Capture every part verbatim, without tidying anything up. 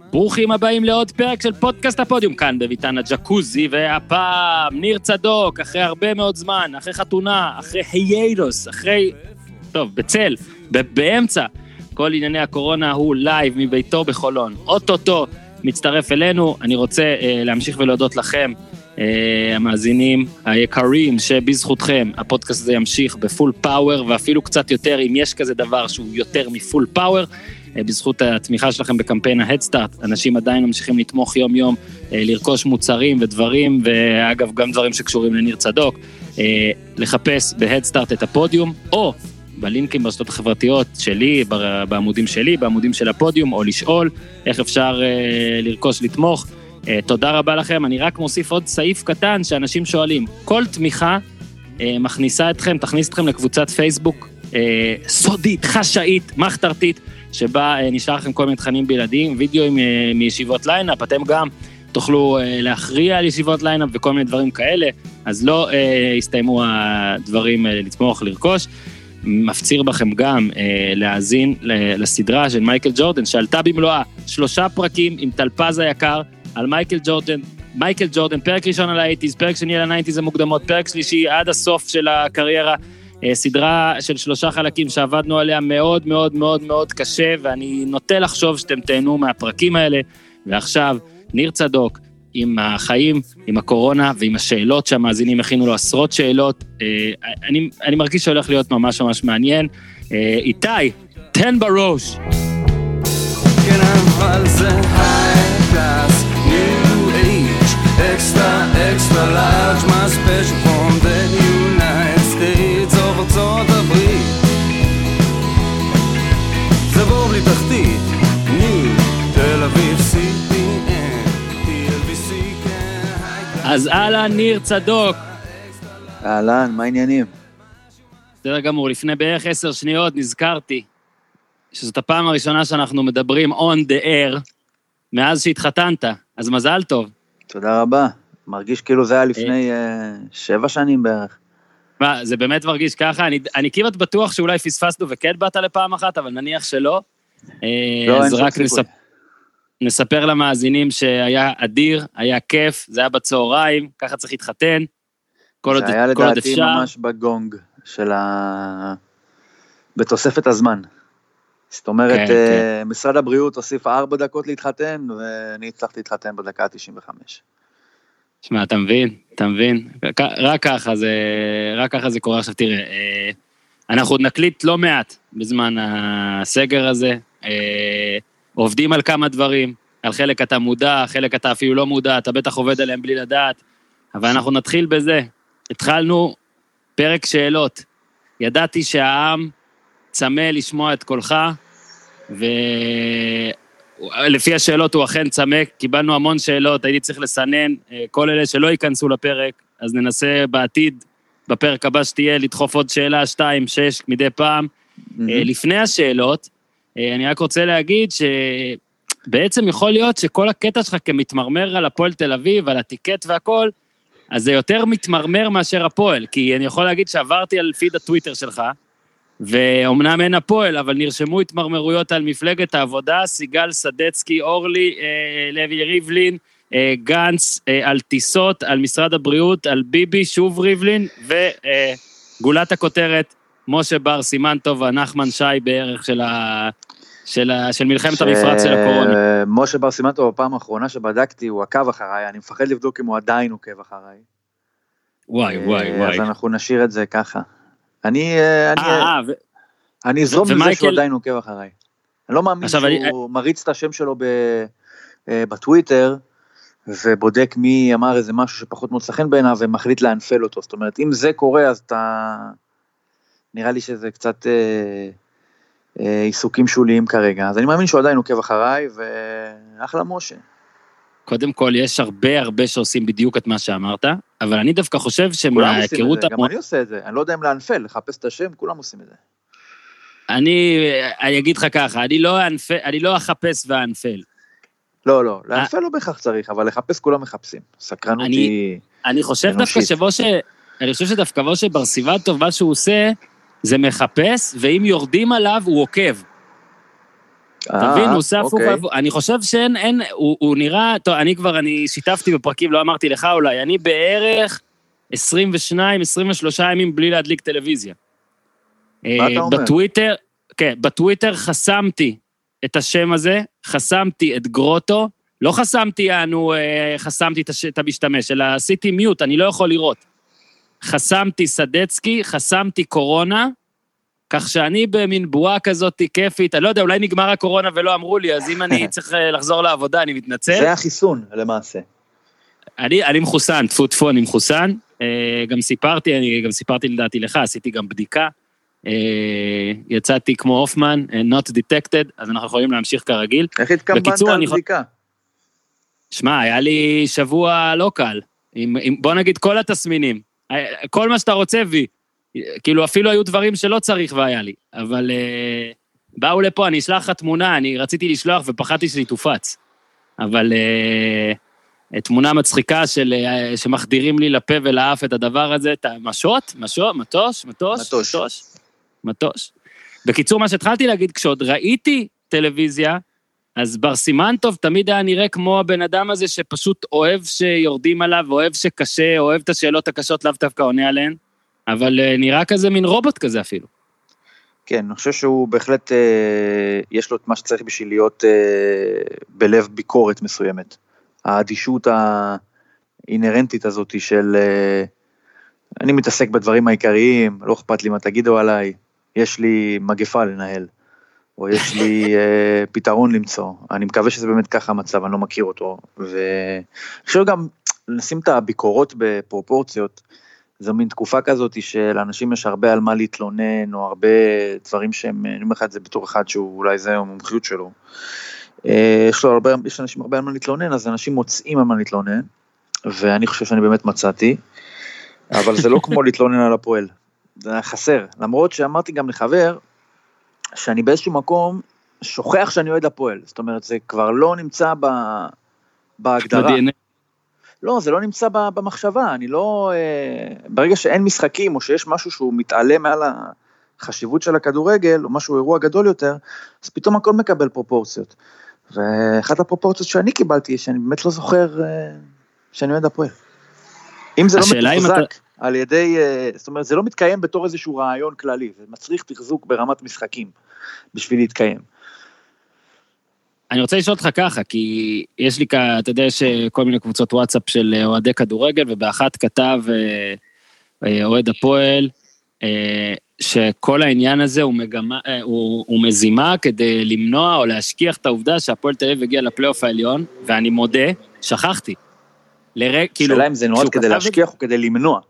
ברוכים הבאים לעוד פרק של פודקאסט הפודיום, כאן בביתן הג'קוזי, והפעם ניר צדוק, אחרי הרבה מאוד זמן, אחרי חתונה, אחרי היאטוס, אחרי, טוב, בצל, באמצע, כל ענייני הקורונה הוא לייב מביתו בחולון. אוטוטו מצטרף אלינו, אני רוצה אה, להמשיך ולהודות לכם, אה, המאזינים היקרים, שבזכותכם הפודקאסט הזה ימשיך בפול פאוור, ואפילו קצת יותר, אם יש כזה דבר שהוא יותר מפול פאוור, בזכות התמיכה שלכם בקמפיין ההדסטארט, אנשים עדיין ממשיכים לתמוך יום יום, לרכוש מוצרים ודברים, ואגב גם דברים שקשורים לניר צדוק, לחפש בהדסטארט את הפודיום, או בלינקים ברשתות החברתיות שלי, בעמודים שלי, בעמודים של הפודיום, או לשאול איך אפשר לרכוש, לתמוך. תודה רבה לכם, אני רק מוסיף עוד סעיף קטן שאנשים שואלים, כל תמיכה מכניסה אתכם, תכניס אתכם לקבוצת פייסבוק, סודית, חשאית, מחתרתית, שבה נשאר לכם כל מיני תכנים בלעדיים, וידאוים מישיבות ליינאפ, אתם גם תוכלו להכריע על ישיבות ליינאפ וכל מיני דברים כאלה, אז לא הסתיימו הדברים לתמוך, לרכוש. מפציר בכם גם להאזין לסדרה של מייקל ג'ורדן, שעלתה במלואה, שלושה פרקים עם טלפז היקר על מייקל ג'ורדן, מייקל ג'ורדן, פרק ראשון על האייטיז, פרק שני על הניינטיז המוקדמות, פרק שלישי עד הסוף של הקריירה, סדרה של שלושה חלקים שעבדנו עליה מאוד מאוד מאוד מאוד קשה, ואני נוטה לחשוב שאתם תהנו מהפרקים האלה, ועכשיו ניר צדוק עם החיים, עם הקורונה ועם השאלות שהמאזינים הכינו לו, עשרות שאלות, אני, אני מרגיש שהולך להיות ממש ממש מעניין. איתי, תן בראש. כן, אבל זה high class, new age, extra, extra large, my special from the United States of ארצות הברית. זה בור בלי תחתית, ניו, תל אביב, סי פי אן, טי אל בי סי, כן, אז אהלן, ניר צדוק. אהלן, מה העניינים? בסדר גמור, לפני בערך עשר שניות נזכרתי, שזאת הפעם הראשונה שאנחנו מדברים on the air, מאז שהתחתנת, אז מזל טוב. תודה רבה, מרגיש כאילו זה היה לפני שבע שנים בערך. מה, זה באמת מרגיש ככה? אני, אני כמעט בטוח שאולי פספסנו וכן באת לפעם אחת, אבל נניח שלא. לא, אז רק נספ... נספר למאזינים שהיה אדיר, היה כיף, זה היה בצהריים, ככה צריך להתחתן. זה עוד, היה לדעתי ממש בגונג של ה... בתוספת הזמן. זאת אומרת, okay, okay. משרד הבריאות הוסיף ארבע דקות להתחתן, ואני הצלחתי להתחתן בדקה ה-תשעים וחמש. שמע, אתה מבין? אתה מבין? רק ככה זה, רק ככה זה קורה. עכשיו תראה, אנחנו עוד נקליט לא מעט בזמן הסגר הזה, עובדים על כמה דברים, על חלק אתה מודע, חלק אתה אפילו לא מודע, אתה בטח עובד עליהם בלי לדעת, אבל אנחנו נתחיל בזה. התחלנו פרק שאלות. ידעתי שהעם צמא לשמוע את קולך, ולפי השאלות הוא אכן צמא, קיבלנו המון שאלות, הייתי צריך לסנן, כל אלה שלא ייכנסו לפרק, אז ננסה בעתיד, בפרק הבא שתהיה, לדחוף עוד שאלה, שתיים, שש, מדי פעם. Mm-hmm. לפני השאלות, אני רק רוצה להגיד שבעצם יכול להיות שכל הקטע שלך כמתמרמר על הפועל תל אביב, על הטיקט והכל, אז זה יותר מתמרמר מאשר הפועל, כי אני יכול להגיד שעברתי על פיד הטוויטר שלך, ואומנם אין הפועל, אבל נרשמו התמרמרויות על מפלגת העבודה, סיגל סדצקי, אורלי, אה, לוי ריבלין, אה, גנץ, אה, על טיסות, על משרד הבריאות, על ביבי, שוב ריבלין, וגולת הכותרת, משה בר סימן טוב, ונחמן שי בערך של, ה, של, ה, של מלחמת ש... המפרץ של הקורונה. משה בר סימן טוב, הפעם האחרונה שבדקתי, הוא עקב אחריי, אני מפחד לבדוק אם הוא עדיין עוקב אחריי. וואי, וואי, וואי. אז אנחנו נשאיר את זה ככה. אני, אני, אני זרום לזה שהוא עדיין עוקב אחריי. אני לא מאמין שהוא מריץ את השם שלו בטוויטר, ובודק מי אמר איזה משהו שפחות מוצא חן בעיניו, ומחליט להנפל אותו. זאת אומרת, אם זה קורה, אז אתה... נראה לי שזה קצת עיסוקים שוליים כרגע. אז אני מאמין שהוא עדיין עוקב אחריי, ואחלה משה. קודם כל, יש הרבה הרבה שעושים בדיוק את מה שאמרת, אבל אני דווקא חושב שמההיכרות... גם אני עושה את זה, אני לא יודע אם להנפל, לחפש את השם, כולם עושים את זה. אני, אני אגיד לך ככה, אני לא, אנפל, אני לא אחפש ואנפל. לא, לא, להנפל לא בכך צריך, אבל לחפש כולם מחפשים. סקרנות אני, היא... אני חושב דווקא שבו ש... אני חושב שדווקא בו שבר סיבטוב, מה שהוא עושה, זה מחפש, ואם יורדים עליו, הוא עוקב. תבין, הוא עושה הפוך, אני חושב שאין, אין, הוא, הוא נראה, טוב, אני כבר, אני שיתפתי בפרקים, לא אמרתי לך אולי, אני בערך עשרים ושניים, עשרים ושלושה ימים בלי להדליק טלוויזיה. מה אתה אומר? בטוויטר, כן, בטוויטר חסמתי את השם הזה, חסמתי את גרוטו, לא חסמתי, אנו, חסמתי את המשתמש, אלא עשיתי מיוט, אני לא יכול לראות. חסמתי סדצקי, חסמתי קורונה, כך שאני במין בועה כזאת כיפית, אני לא יודע, אולי נגמר הקורונה ולא אמרו לי, אז אם אני צריך לחזור לעבודה, אני מתנצל. זה החיסון, למעשה. אני, אני מחוסן, טפו טפו, אני מחוסן, גם סיפרתי, אני גם סיפרתי לדעתי לך, עשיתי גם בדיקה, יצאתי כמו אופמן, not detected, אז אנחנו יכולים להמשיך כרגיל. איך התקמבנת על בדיקה? שמע, היה לי שבוע לא קל, עם, עם, בוא נגיד כל התסמינים, כל מה שאתה רוצה וי, כאילו אפילו היו דברים שלא צריך והיה לי, אבל uh, באו לפה, אני אשלח לך תמונה, אני רציתי לשלוח ופחדתי שהיא תופץ, אבל uh, תמונה מצחיקה של, uh, שמחדירים לי לפה ולאף את הדבר הזה, את המשות, משות, מטוש, מטוש, מטוש. מטוש, מטוש. בקיצור, מה שהתחלתי להגיד, כשעוד ראיתי טלוויזיה, אז בר סימנטוב תמיד היה נראה כמו הבן אדם הזה שפשוט אוהב שיורדים עליו, אוהב שקשה, אוהב את השאלות הקשות, לאו דווקא עונה עליהן, אבל נראה כזה מין רובוט כזה אפילו. כן, אני חושב שהוא בהחלט, אה, יש לו את מה שצריך בשביל להיות אה, בלב ביקורת מסוימת. האדישות האינרנטית הזאת של, אה, אני מתעסק בדברים העיקריים, לא אכפת לי מה תגידו עליי, יש לי מגפה לנהל. או יש לי אה, פתרון למצוא, אני מקווה שזה באמת ככה המצב, אני לא מכיר אותו, ואני חושב גם, נשים את הביקורות בפרופורציות, זו מין תקופה כזאת שלאנשים יש הרבה על מה להתלונן, או הרבה דברים שהם, אני אומר לך את זה בתור אחד שהוא אולי זה המומחיות שלו, אה, יש לו הרבה, יש אנשים הרבה על מה להתלונן, אז אנשים מוצאים על מה להתלונן, ואני חושב שאני באמת מצאתי, אבל זה לא כמו להתלונן על הפועל, זה היה חסר, למרות שאמרתי גם לחבר, שאני באיזשהו מקום שוכח שאני אוהד הפועל, זאת אומרת, זה כבר לא נמצא ב... בהגדרה. לא, זה לא נמצא במחשבה, אני לא... ברגע שאין משחקים, או שיש משהו שהוא מתעלה מעל החשיבות של הכדורגל, או משהו אירוע גדול יותר, אז פתאום הכל מקבל פרופורציות. ואחת הפרופורציות שאני קיבלתי, שאני באמת לא זוכר שאני אוהד הפועל. אם זה לא מתחזק על ידי, זאת אומרת, זה לא מתקיים בתור איזשהו רעיון כללי, זה מצריך תחזוק ברמת משחקים, בשביל להתקיים. אני רוצה לשאול אותך ככה, כי יש לי, אתה יודע, יש כל מיני קבוצות וואטסאפ של אוהדי כדורגל, ובאחת כתב אוהד הפועל, שכל העניין הזה הוא, מגמה, הוא, הוא מזימה כדי למנוע או להשכיח את העובדה שהפועל תל אביב הגיע לפלייאוף העליון, ואני מודה, שכחתי. לרק, כאילו, שאלה אם זה נועד כדי להשכיח או כדי למנוע.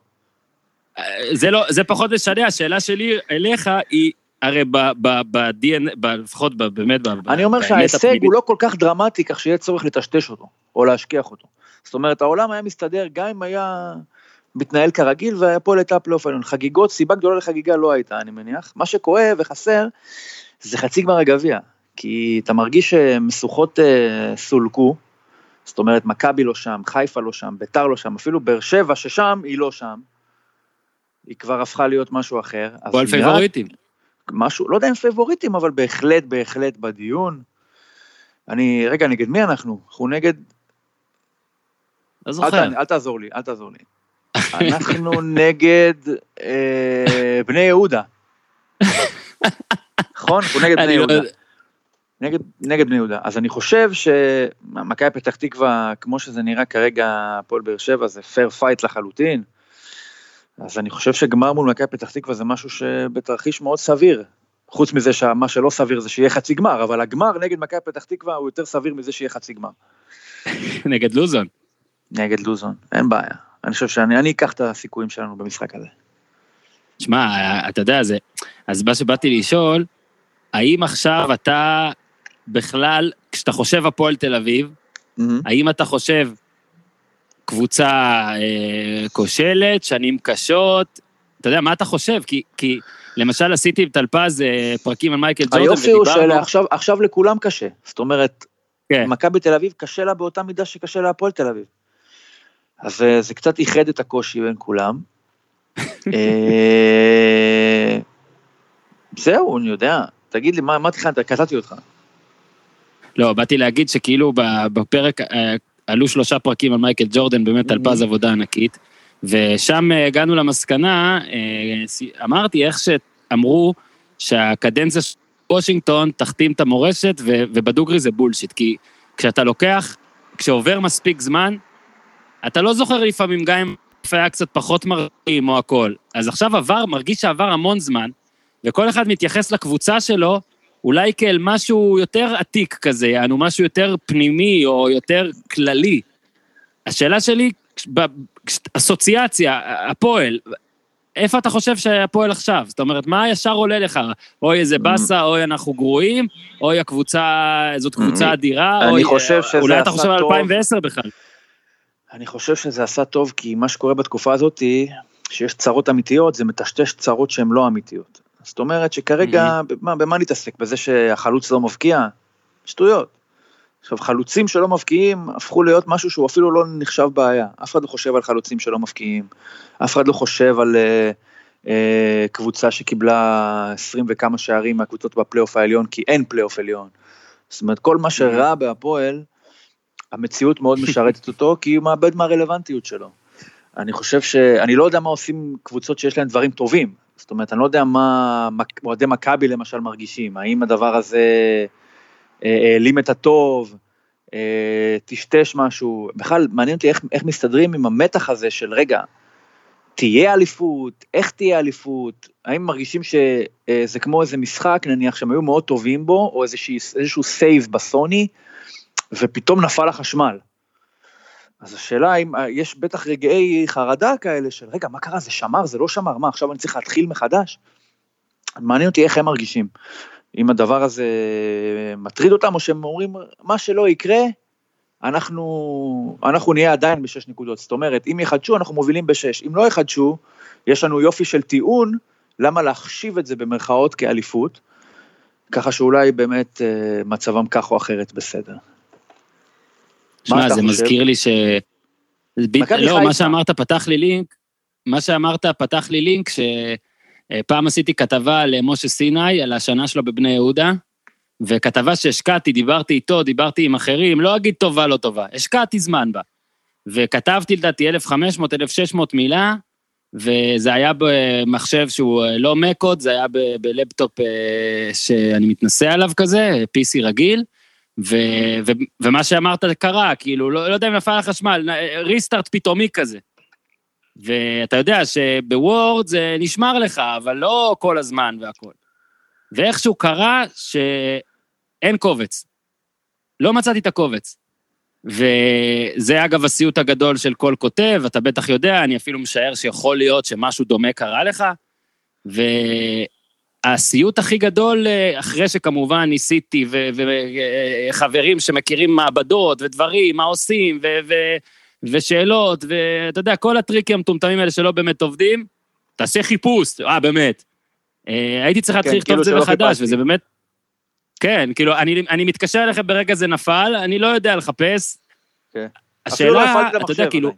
זה לא, זה פחות משנה, השאלה שלי אליך היא, הרי ב-די אן, לפחות באמת, אני אומר שההישג הוא לא כל כך דרמטי, כך שיהיה צורך לטשטש אותו, או להשכיח אותו. זאת אומרת, העולם היה מסתדר, גם אם היה מתנהל כרגיל, והפועל הייתה פלייאוף העליון. חגיגות, סיבה גדולה לחגיגה לא הייתה, אני מניח. מה שקורה וחסר, זה חצי גמר הגביע, כי אתה מרגיש שמשוכות סולקו, זאת אומרת, מכבי לא שם, חיפה לא שם, ביתר לא שם, אפילו באר שבע ששם היא לא שם, היא כבר הפכה להיות משהו אחר. או על פייבוריטים. משהו, לא יודע אם פייבוריטים, אבל בהחלט, בהחלט בדיון. אני, רגע, נגד מי אנחנו? אנחנו נגד... לא זוכר. אל, אל תעזור לי, אל תעזור לי. אנחנו נגד אה, בני יהודה. נכון? אנחנו נגד בני יהודה. נגד, נגד בני יהודה. אז אני חושב שמכבי פתח תקווה, כמו שזה נראה כרגע, הפועל באר שבע, זה פייר פייט לחלוטין. אז אני חושב שגמר מול מכבי פתח תקווה זה משהו שבתרחיש מאוד סביר. חוץ מזה שמה שלא סביר זה שיהיה חצי גמר, אבל הגמר נגד מכבי פתח תקווה הוא יותר סביר מזה שיהיה חצי גמר. נגד לוזון. נגד לוזון, אין בעיה. אני חושב שאני אני אקח את הסיכויים שלנו במשחק הזה. שמע, אתה יודע, זה, אז מה שבאתי לשאול, האם עכשיו אתה בכלל, כשאתה חושב הפועל תל אביב, mm-hmm. האם אתה חושב קבוצה אה, כושלת, שנים קשות, אתה יודע, מה אתה חושב? כי, כי למשל עשיתי בטלפז אה, פרקים על מייקל ג'ורדן, היופי הוא שעכשיו עכשיו לכולם קשה, זאת אומרת, כן. מכבי תל אביב קשה לה באותה מידה שקשה לה הפועל תל אביב. אז זה קצת איחד את הקושי בין כולם. זהו, אני יודע. תגיד לי, מה, מה תכנת? קטעתי אותך. לא, באתי להגיד שכאילו בפרק, עלו שלושה פרקים על מייקל ג'ורדן, באמת על פז עבודה ענקית, ושם הגענו למסקנה, אמרתי איך שאמרו שהקדנציה של וושינגטון תחתים את המורשת, ובדוגרי זה בולשיט, כי כשאתה לוקח, כשעובר מספיק זמן, אתה לא זוכר לפעמים גם אם היה קצת פחות מראים או הכל, אז עכשיו עבר, מרגיש שעבר המון זמן, וכל אחד מתייחס לקבוצה שלו, אולי כאל משהו יותר עתיק כזה, יענו משהו יותר פנימי או יותר כללי. השאלה שלי, אסוציאציה, הפועל, איפה אתה חושב שהפועל עכשיו? זאת אומרת, מה ישר עולה לך? אוי איזה בסה, אוי אנחנו גרועים, אוי הקבוצה, זאת קבוצה אדירה, אוי, אולי אתה חושב על אלפיים ועשר בכלל. אני חושב שזה עשה טוב, כי מה שקורה בתקופה הזאת, שיש צרות אמיתיות, זה מטשטש צרות שהן לא אמיתיות. זאת אומרת שכרגע, במה, במה נתעסק? בזה שהחלוץ לא מבקיע? שטויות. עכשיו, חלוצים שלא מבקיעים, הפכו להיות משהו שהוא אפילו לא נחשב בעיה. אף אחד לא חושב על חלוצים שלא מבקיעים. אף אחד לא חושב על אה, אה, קבוצה שקיבלה עשרים וכמה שערים מהקבוצות בפלייאוף העליון, כי אין פלייאוף עליון. זאת אומרת, כל מה שרע בהפועל, המציאות מאוד משרתת אותו, כי הוא מאבד מהרלוונטיות שלו. אני חושב ש... אני לא יודע מה עושים קבוצות שיש להן דברים טובים. זאת אומרת, אני לא יודע מה אוהדי מכבי למשל מרגישים, האם הדבר הזה העלים את הטוב, תשתש משהו, בכלל מעניין אותי איך, איך מסתדרים עם המתח הזה של רגע, תהיה אליפות, איך תהיה אליפות, האם מרגישים שזה כמו איזה משחק, נניח שהם היו מאוד טובים בו, או איזשהו, איזשהו סייב בסוני, ופתאום נפל החשמל. אז השאלה אם יש בטח רגעי חרדה כאלה של רגע, מה קרה? זה שמר, זה לא שמר, מה עכשיו אני צריך להתחיל מחדש? מעניין אותי איך הם מרגישים. אם הדבר הזה מטריד אותם, או שהם אומרים, מה שלא יקרה, אנחנו, אנחנו נהיה עדיין בשש נקודות. זאת אומרת, אם יחדשו, אנחנו מובילים בשש. אם לא יחדשו, יש לנו יופי של טיעון, למה להחשיב את זה במרכאות כאליפות, ככה שאולי באמת מצבם כך או אחרת בסדר. שמע, זה מזכיר לי ש... לא, מה שאמרת פתח לי לינק, מה שאמרת פתח לי לינק, שפעם עשיתי כתבה למשה סיני, על השנה שלו בבני יהודה, וכתבה שהשקעתי, דיברתי איתו, דיברתי עם אחרים, לא אגיד טובה, לא טובה, השקעתי זמן בה, וכתבתי לדעתי אלף וחמש מאות, אלף ושש מאות מילה, וזה היה במחשב שהוא לא מקוד, זה היה בלפטופ שאני מתנסה עליו כזה, פי סי רגיל, ו, ו, ומה שאמרת קרה, כאילו, לא, לא יודע אם נפל החשמל, ריסטארט פתאומי כזה. ואתה יודע שבוורד זה נשמר לך, אבל לא כל הזמן והכל. ואיכשהו קרה שאין קובץ. לא מצאתי את הקובץ. וזה אגב הסיוט הגדול של כל כותב, אתה בטח יודע, אני אפילו משער שיכול להיות שמשהו דומה קרה לך, ו... הסיוט הכי גדול, אחרי שכמובן ניסיתי, וחברים שמכירים מעבדות, ודברים, מה עושים, ושאלות, ואתה יודע, כל הטריקים המטומטמים האלה שלא באמת עובדים, תעשה חיפוש, אה, באמת. הייתי צריך להתחיל לכתוב את זה מחדש, וזה באמת, כן, כאילו, אני מתקשר אליכם ברגע זה נפל, אני לא יודע לחפש. השאלה, אתה יודע, כאילו,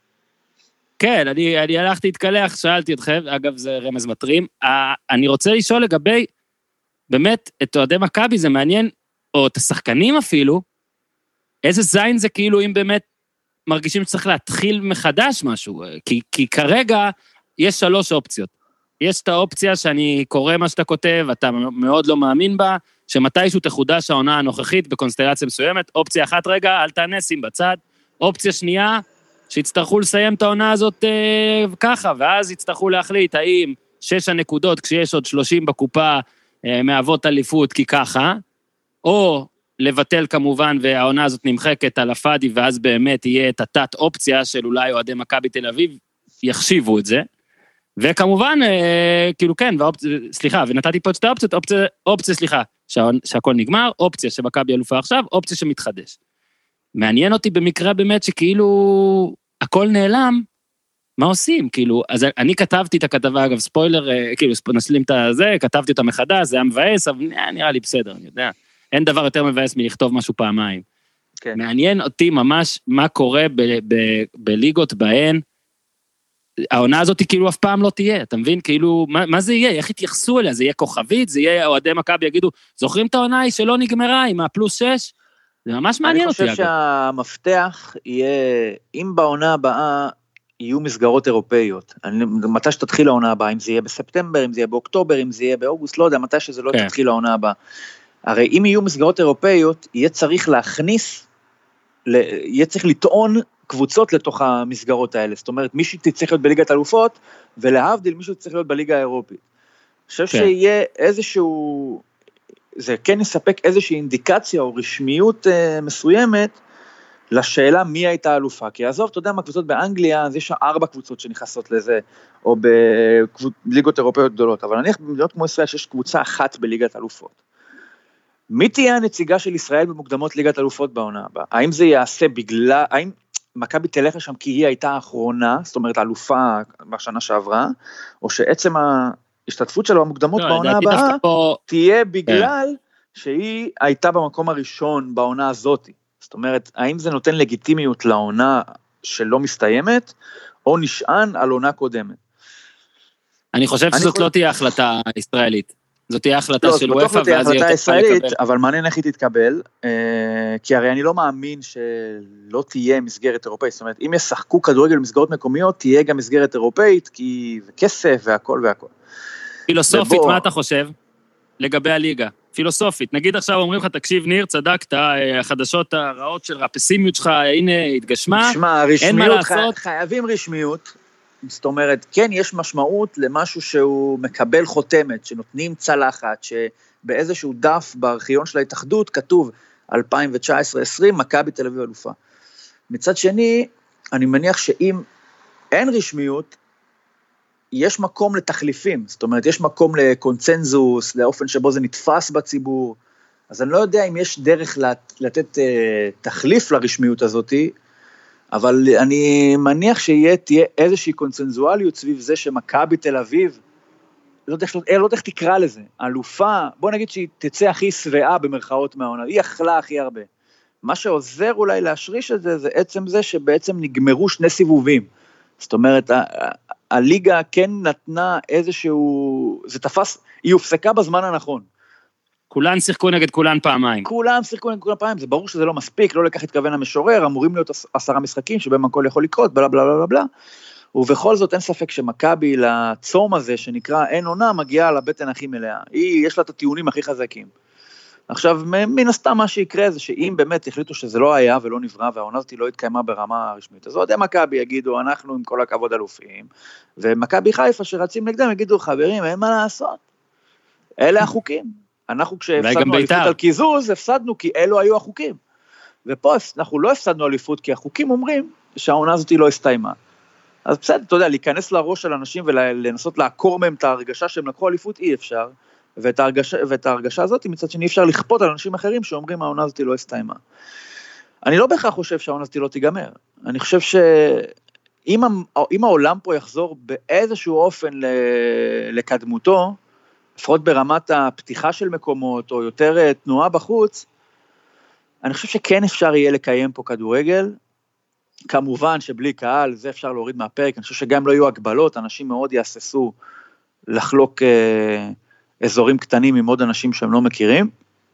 כן, אני, אני הלכתי להתקלח, שאלתי אתכם, אגב זה רמז מטרים, אני רוצה לשאול לגבי, באמת, את אוהדי מכבי זה מעניין, או את השחקנים אפילו, איזה זין זה כאילו אם באמת מרגישים שצריך להתחיל מחדש משהו, כי, כי כרגע יש שלוש אופציות, יש את האופציה שאני קורא מה שאתה כותב, אתה מאוד לא מאמין בה, שמתישהו תחודש העונה הנוכחית בקונסטלציה מסוימת, אופציה אחת רגע, אל תענה, שים בצד, אופציה שנייה, שיצטרכו לסיים את העונה הזאת אה, ככה, ואז יצטרכו להחליט האם שש הנקודות, כשיש עוד שלושים בקופה, אה, מהוות אליפות כי ככה, או לבטל כמובן, והעונה הזאת נמחקת על הפאדי, ואז באמת יהיה את התת אופציה של אולי אוהדי מכבי תל אביב, יחשיבו את זה, וכמובן, אה, כאילו כן, ואופציה, סליחה, ונתתי פה את שתי אופציות, אופציה, אופציה סליחה, שה, שהכל נגמר, אופציה שמכבי אלופה עכשיו, אופציה שמתחדש. מעניין אותי במקרה באמת שכאילו הכל נעלם, מה עושים? כאילו, אז אני כתבתי את הכתבה, אגב ספוילר, כאילו נסלים את זה, כתבתי אותה מחדש, זה היה מבאס, אבל נראה לי בסדר, אני יודע. אין דבר יותר מבאס מלכתוב משהו פעמיים. כן. מעניין אותי ממש מה קורה ב- ב- בליגות בהן, העונה הזאת כאילו אף פעם לא תהיה, אתה מבין? כאילו, מה, מה זה יהיה? איך יתייחסו אליה? זה יהיה כוכבית? זה יהיה אוהדי מכבי יגידו, זוכרים את העונה היא שלא נגמרה עם הפלוס שש? זה ממש מעניין אותי. אני חושב שהמפתח יהיה, אם בעונה הבאה יהיו מסגרות אירופאיות, מתי שתתחיל העונה הבאה, אם זה יהיה בספטמבר, אם זה יהיה באוקטובר, אם זה יהיה באוגוסט, לא יודע, מתי שזה לא תתחיל העונה הבאה. הרי אם יהיו מסגרות אירופאיות, יהיה צריך להכניס, יהיה צריך לטעון קבוצות לתוך המסגרות האלה, זאת אומרת, מישהו צריך להיות בליגת אלופות, ולהבדיל מישהו צריך להיות בליגה האירופית. אני חושב שיהיה איזשהו, זה כן יספק איזושהי אינדיקציה או רשמיות מסוימת, לשאלה מי הייתה אלופה, כי עזוב, אתה יודע מה, קבוצות באנגליה, אז יש ארבע קבוצות שנכנסות לזה, או בליגות אירופאיות גדולות, אבל נניח במדינות כמו ישראל, שיש קבוצה אחת בליגת אלופות. מי תהיה הנציגה של ישראל במוקדמות ליגת אלופות בעונה הבאה? האם זה יעשה בגלל, האם מכבי תלך לשם כי היא הייתה האחרונה, זאת אומרת, אלופה בשנה שעברה, או שעצם ההשתתפות שלו במוקדמות לא, בעונה הבאה, פה... תהיה בגלל yeah. שהיא הייתה במקום הראשון בעונה הזאת. זאת אומרת, האם זה נותן לגיטימיות לעונה שלא מסתיימת, או נשען על עונה קודמת? אני חושב שזאת חושב... לא תהיה החלטה ישראלית. זאת תהיה החלטה לא, של וופא, ואז היא החלטה ישראלית, אבל מעניין איך היא תתקבל, אה, כי הרי אני לא מאמין שלא תהיה מסגרת אירופאית, זאת אומרת, אם ישחקו כדורגל במסגרות מקומיות, תהיה גם מסגרת אירופאית, כי כסף והכל והכל. פילוסופית, ובוא... מה אתה חושב? לגבי הליגה. פילוסופית, נגיד עכשיו אומרים לך, תקשיב ניר, צדקת, החדשות הרעות של הפסימיות שלך, הנה, התגשמה, שמה, אין מה לעשות. חייבים רשמיות, זאת אומרת, כן, יש משמעות למשהו שהוא מקבל חותמת, שנותנים צלחת, שבאיזשהו דף בארכיון של ההתאחדות, כתוב אלפיים תשע עשרה עשרים, מכבי תל אביב אלופה. מצד שני, אני מניח שאם אין רשמיות, יש מקום לתחליפים, זאת אומרת, יש מקום לקונצנזוס, לאופן שבו זה נתפס בציבור, אז אני לא יודע אם יש דרך לתת תחליף לרשמיות הזאת, אבל אני מניח שתהיה איזושהי קונצנזואליות סביב זה שמכבי תל אביב, לא יודע, לא יודע איך תקרא לזה, אלופה, בוא נגיד שהיא תצא הכי שבעה במרכאות מהעונה, היא אכלה הכי הרבה. מה שעוזר אולי להשריש את זה, זה עצם זה שבעצם נגמרו שני סיבובים. זאת אומרת, הליגה כן נתנה איזשהו, זה תפס, היא הופסקה בזמן הנכון. כולן שיחקו נגד כולן פעמיים. כולן שיחקו נגד כולן פעמיים, זה ברור שזה לא מספיק, לא לכך התכוון המשורר, אמורים להיות עשרה משחקים שבהם הכל יכול לקרות, בלה בלה בלה בלה, ובכל זאת אין ספק שמכבי לצום הזה שנקרא אין עונה, מגיעה לבטן הכי מלאה, היא, יש לה את הטיעונים הכי חזקים. עכשיו, מן הסתם מה שיקרה זה שאם באמת החליטו שזה לא היה ולא נברא, והעונה הזאת לא התקיימה ברמה הרשמית, אז עוד מכבי יגידו, אנחנו עם כל הכבוד אלופים, ומכבי חיפה שרצים נגדם יגידו, חברים, אין מה לעשות. אלה החוקים. אנחנו כשהפסדנו אליפות על קיזוז, הפסדנו כי אלו היו החוקים. ופה אנחנו לא הפסדנו אליפות, כי החוקים אומרים שהעונה הזאת לא הסתיימה. אז בסדר, אתה יודע, להיכנס לראש של אנשים ולנסות לעקור מהם את ההרגשה שהם לקחו אליפות, אי אפשר. ואת ההרגשה, ואת ההרגשה הזאת, מצד שני אפשר לכפות על אנשים אחרים שאומרים העונה הזאת לא הסתיימה. אני לא בהכרח חושב שהעונה הזאת לא תיגמר. אני חושב שאם העולם פה יחזור באיזשהו אופן לקדמותו, לפחות ברמת הפתיחה של מקומות, או יותר תנועה בחוץ, אני חושב שכן אפשר יהיה לקיים פה כדורגל, כמובן שבלי קהל, זה אפשר להוריד מהפרק, אני חושב שגם לא יהיו הגבלות, אנשים מאוד יאססו לחלוק אה, אזורים קטנים עם עוד אנשים שהם לא מכירים,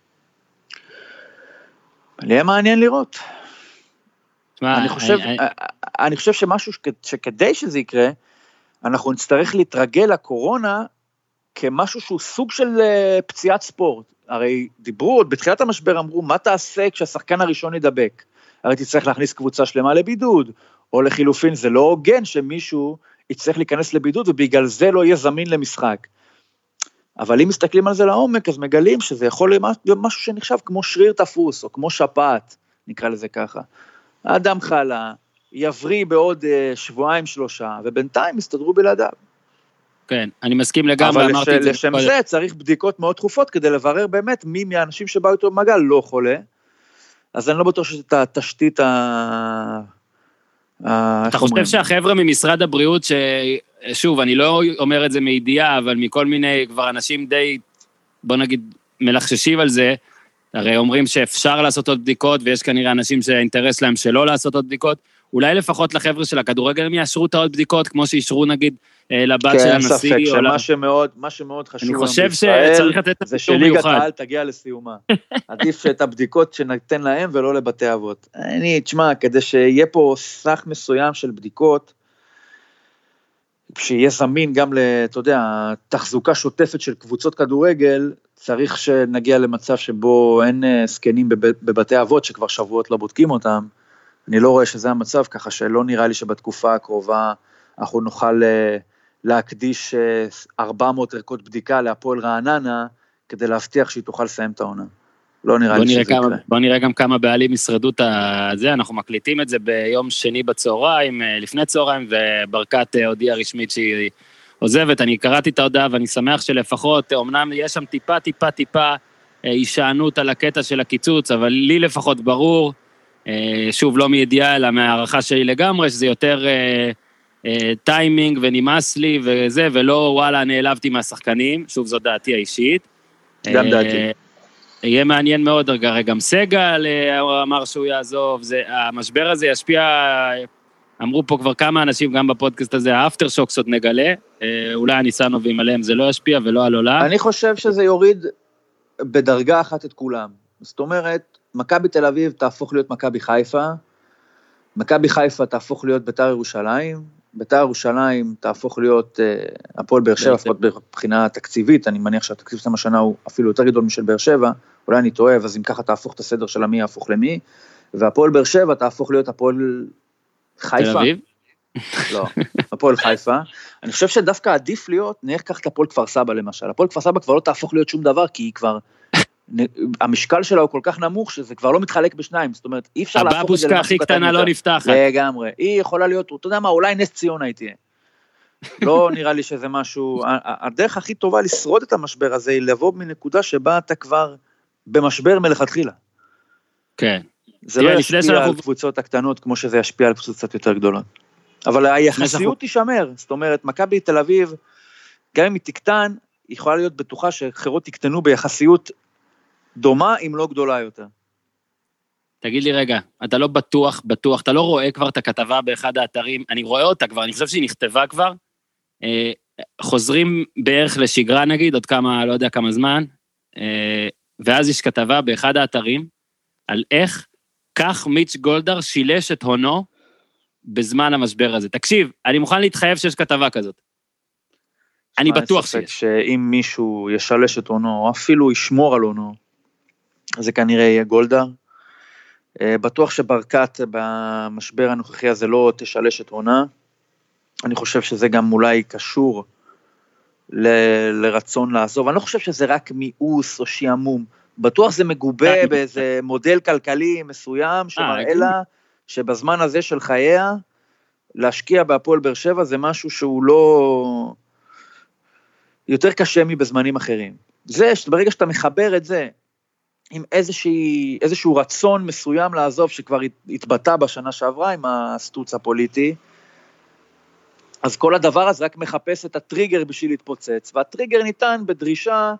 אבל יהיה מעניין לראות. שמה, אני, חושב, אני, אני... אני חושב שמשהו שכדי שזה יקרה, אנחנו נצטרך להתרגל לקורונה, כמשהו שהוא סוג של פציעת ספורט, הרי דיברו עוד בתחילת המשבר, אמרו מה תעשה כשהשחקן הראשון ידבק, הרי תצטרך להכניס קבוצה שלמה לבידוד, או לחילופין זה לא הוגן שמישהו יצטרך להיכנס לבידוד, ובגלל זה לא יהיה זמין למשחק, אבל אם מסתכלים על זה לעומק, אז מגלים שזה יכול להיות משהו שנחשב כמו שריר תפוס, או כמו שפעת, נקרא לזה ככה, האדם חלה, יבריא בעוד שבועיים שלושה, ובינתיים יסתדרו בלעדיו. כן, אני מסכים לגמרי, אמרתי את זה. אבל לשם זה צריך בדיקות מאוד תכופות, כדי לברר באמת מי מהאנשים שבאו איתו במגע לא חולה, אז אני לא בטוח שזאת התשתית ה... אתה חושב שהחבר'ה ממשרד הבריאות, ששוב, אני לא אומר את זה מידיעה, אבל מכל מיני כבר אנשים די, בוא נגיד, מלחששים על זה, הרי אומרים שאפשר לעשות עוד בדיקות, ויש כנראה אנשים שהאינטרס להם שלא לעשות עוד בדיקות, אולי לפחות לחבר'ה של הכדורגל הם יאשרו את העוד בדיקות, כמו שישרו נגיד לבת של הנשיא. כן, ספק, שמה שמאוד, מה שמאוד חשוב אני חושב שצריך לתת זה שליגת העל תגיע לסיומה. עדיף את הבדיקות שניתן להם ולא לבתי אבות. אני, תשמע, כדי שיהיה פה סך מסוים של בדיקות, שיהיה זמין גם, אתה יודע, תחזוקה שוטפת של קבוצות כדורגל, צריך שנגיע למצב שבו אין סקנים בבתי אבות, שכבר שבועות לא בודקים אותם. אני לא רואה שזה המצב, ככה שלא נראה לי שבתקופה הקרובה אנחנו נוכל להקדיש ארבע מאות ערכות בדיקה להפועל רעננה, כדי להבטיח שהיא תוכל לסיים את העונה. לא נראה לי שזה יקרה. בוא נראה גם כמה בעלים ישרדו את זה, אנחנו מקליטים את זה ביום שני בצהריים, לפני צהריים, וברקת הודיעה רשמית שהיא עוזבת. אני קראתי את ההודעה ואני שמח שלפחות, אמנם יש שם טיפה טיפה טיפה הישענות על הקטע של הקיצוץ, אבל לי לפחות ברור, שוב לא מידיעה אלא מהערכה שלי לגמרי, שזה יותר טיימינג ונמאס לי וזה, ולא וואלה נעלבתי מהשחקנים, שוב זו דעתי האישית. גם דעתי. יהיה מעניין מאוד, הרי גם סגל אמר שהוא יעזוב, זה, המשבר הזה ישפיע, אמרו פה כבר כמה אנשים גם בפודקאסט הזה, האפטר שוקס עוד נגלה, אולי הניסנובים עליהם זה לא ישפיע ולא על עולה. אני חושב שזה יוריד בדרגה אחת את כולם, זאת אומרת, מכבי תל אביב תהפוך להיות מכבי חיפה, מכבי חיפה תהפוך להיות בית"ר ירושלים, בית"ר ירושלים תהפוך להיות הפועל באר שבע, לפחות מבחינה תקציבית, אני מניח שהתקציב שלהם השנה הוא אפילו יותר גדול משל באר שבע, אולי אני טועה, אז אם ככה תהפוך את הסדר של המי יהפוך למי, והפועל באר שבע תהפוך להיות הפועל חיפה. תל אביב? לא, הפועל חיפה. אני חושב שדווקא עדיף להיות, נלך כך את הפועל כפר סבא למשל, הפועל כפר סבא כבר לא תהפוך להיות שום דבר, כי היא כבר, המשקל שלה הוא כל כך נמוך, שזה כבר לא מתחלק בשניים, זאת אומרת, אי אפשר להפוך את זה הבבושקה הכי קטנה לא נפתחת. לגמרי, היא יכולה להיות, אתה יודע מה, אולי נס ציונה היא תהיה. לא נראה לי שזה משהו, הדרך הכי טובה לשרוד את המשבר הזה, היא לבוא מנקודה שבה אתה כבר במשבר מלכתחילה. כן. זה לא ישפיע על קבוצות הקטנות, כמו שזה ישפיע על קבוצות קצת יותר גדולות. אבל היחסיות תישמר, זאת אומרת, מכבי תל אביב, גם אם היא תקטן, היא יכולה להיות בטוחה שאחרות תקטנו ביחסיות דומה, אם לא גדולה יותר. תגיד לי רגע, אתה לא בטוח, בטוח, אתה לא רואה כבר את הכתבה באחד האתרים, אני רואה אותה כבר, אני חושב שהיא נכתבה כבר, אה, חוזרים בערך לשגרה נגיד, עוד כמה, לא יודע כמה זמן, אה, ואז יש כתבה באחד האתרים, על איך כך מיץ' גולדהר שילש את הונו, בזמן המשבר הזה. תקשיב, אני מוכן להתחייב שיש כתבה כזאת. אני בטוח שיש. שאם מישהו ישלש את הונו, או אפילו ישמור על הונו, זה כנראה יהיה גולדהר. בטוח שברקת במשבר הנוכחי הזה לא תשלש את הונה. אני חושב שזה גם אולי קשור ל- לרצון לעזוב. אני לא חושב שזה רק מיאוס או שיעמום. בטוח זה מגובה באיזה מודל כלכלי מסוים, שמראה לה שבזמן הזה של חייה, להשקיע בהפועל באר שבע זה משהו שהוא לא יותר קשה מבזמנים אחרים. זה, ברגע שאתה מחבר את זה, עם איזושהי, איזשהו רצון מסוים לעזוב, שכבר התבטא בשנה שעברה עם הסטוץ הפוליטי, אז כל הדבר הזה רק מחפש את הטריגר בשביל להתפוצץ, והטריגר ניתן בדרישה,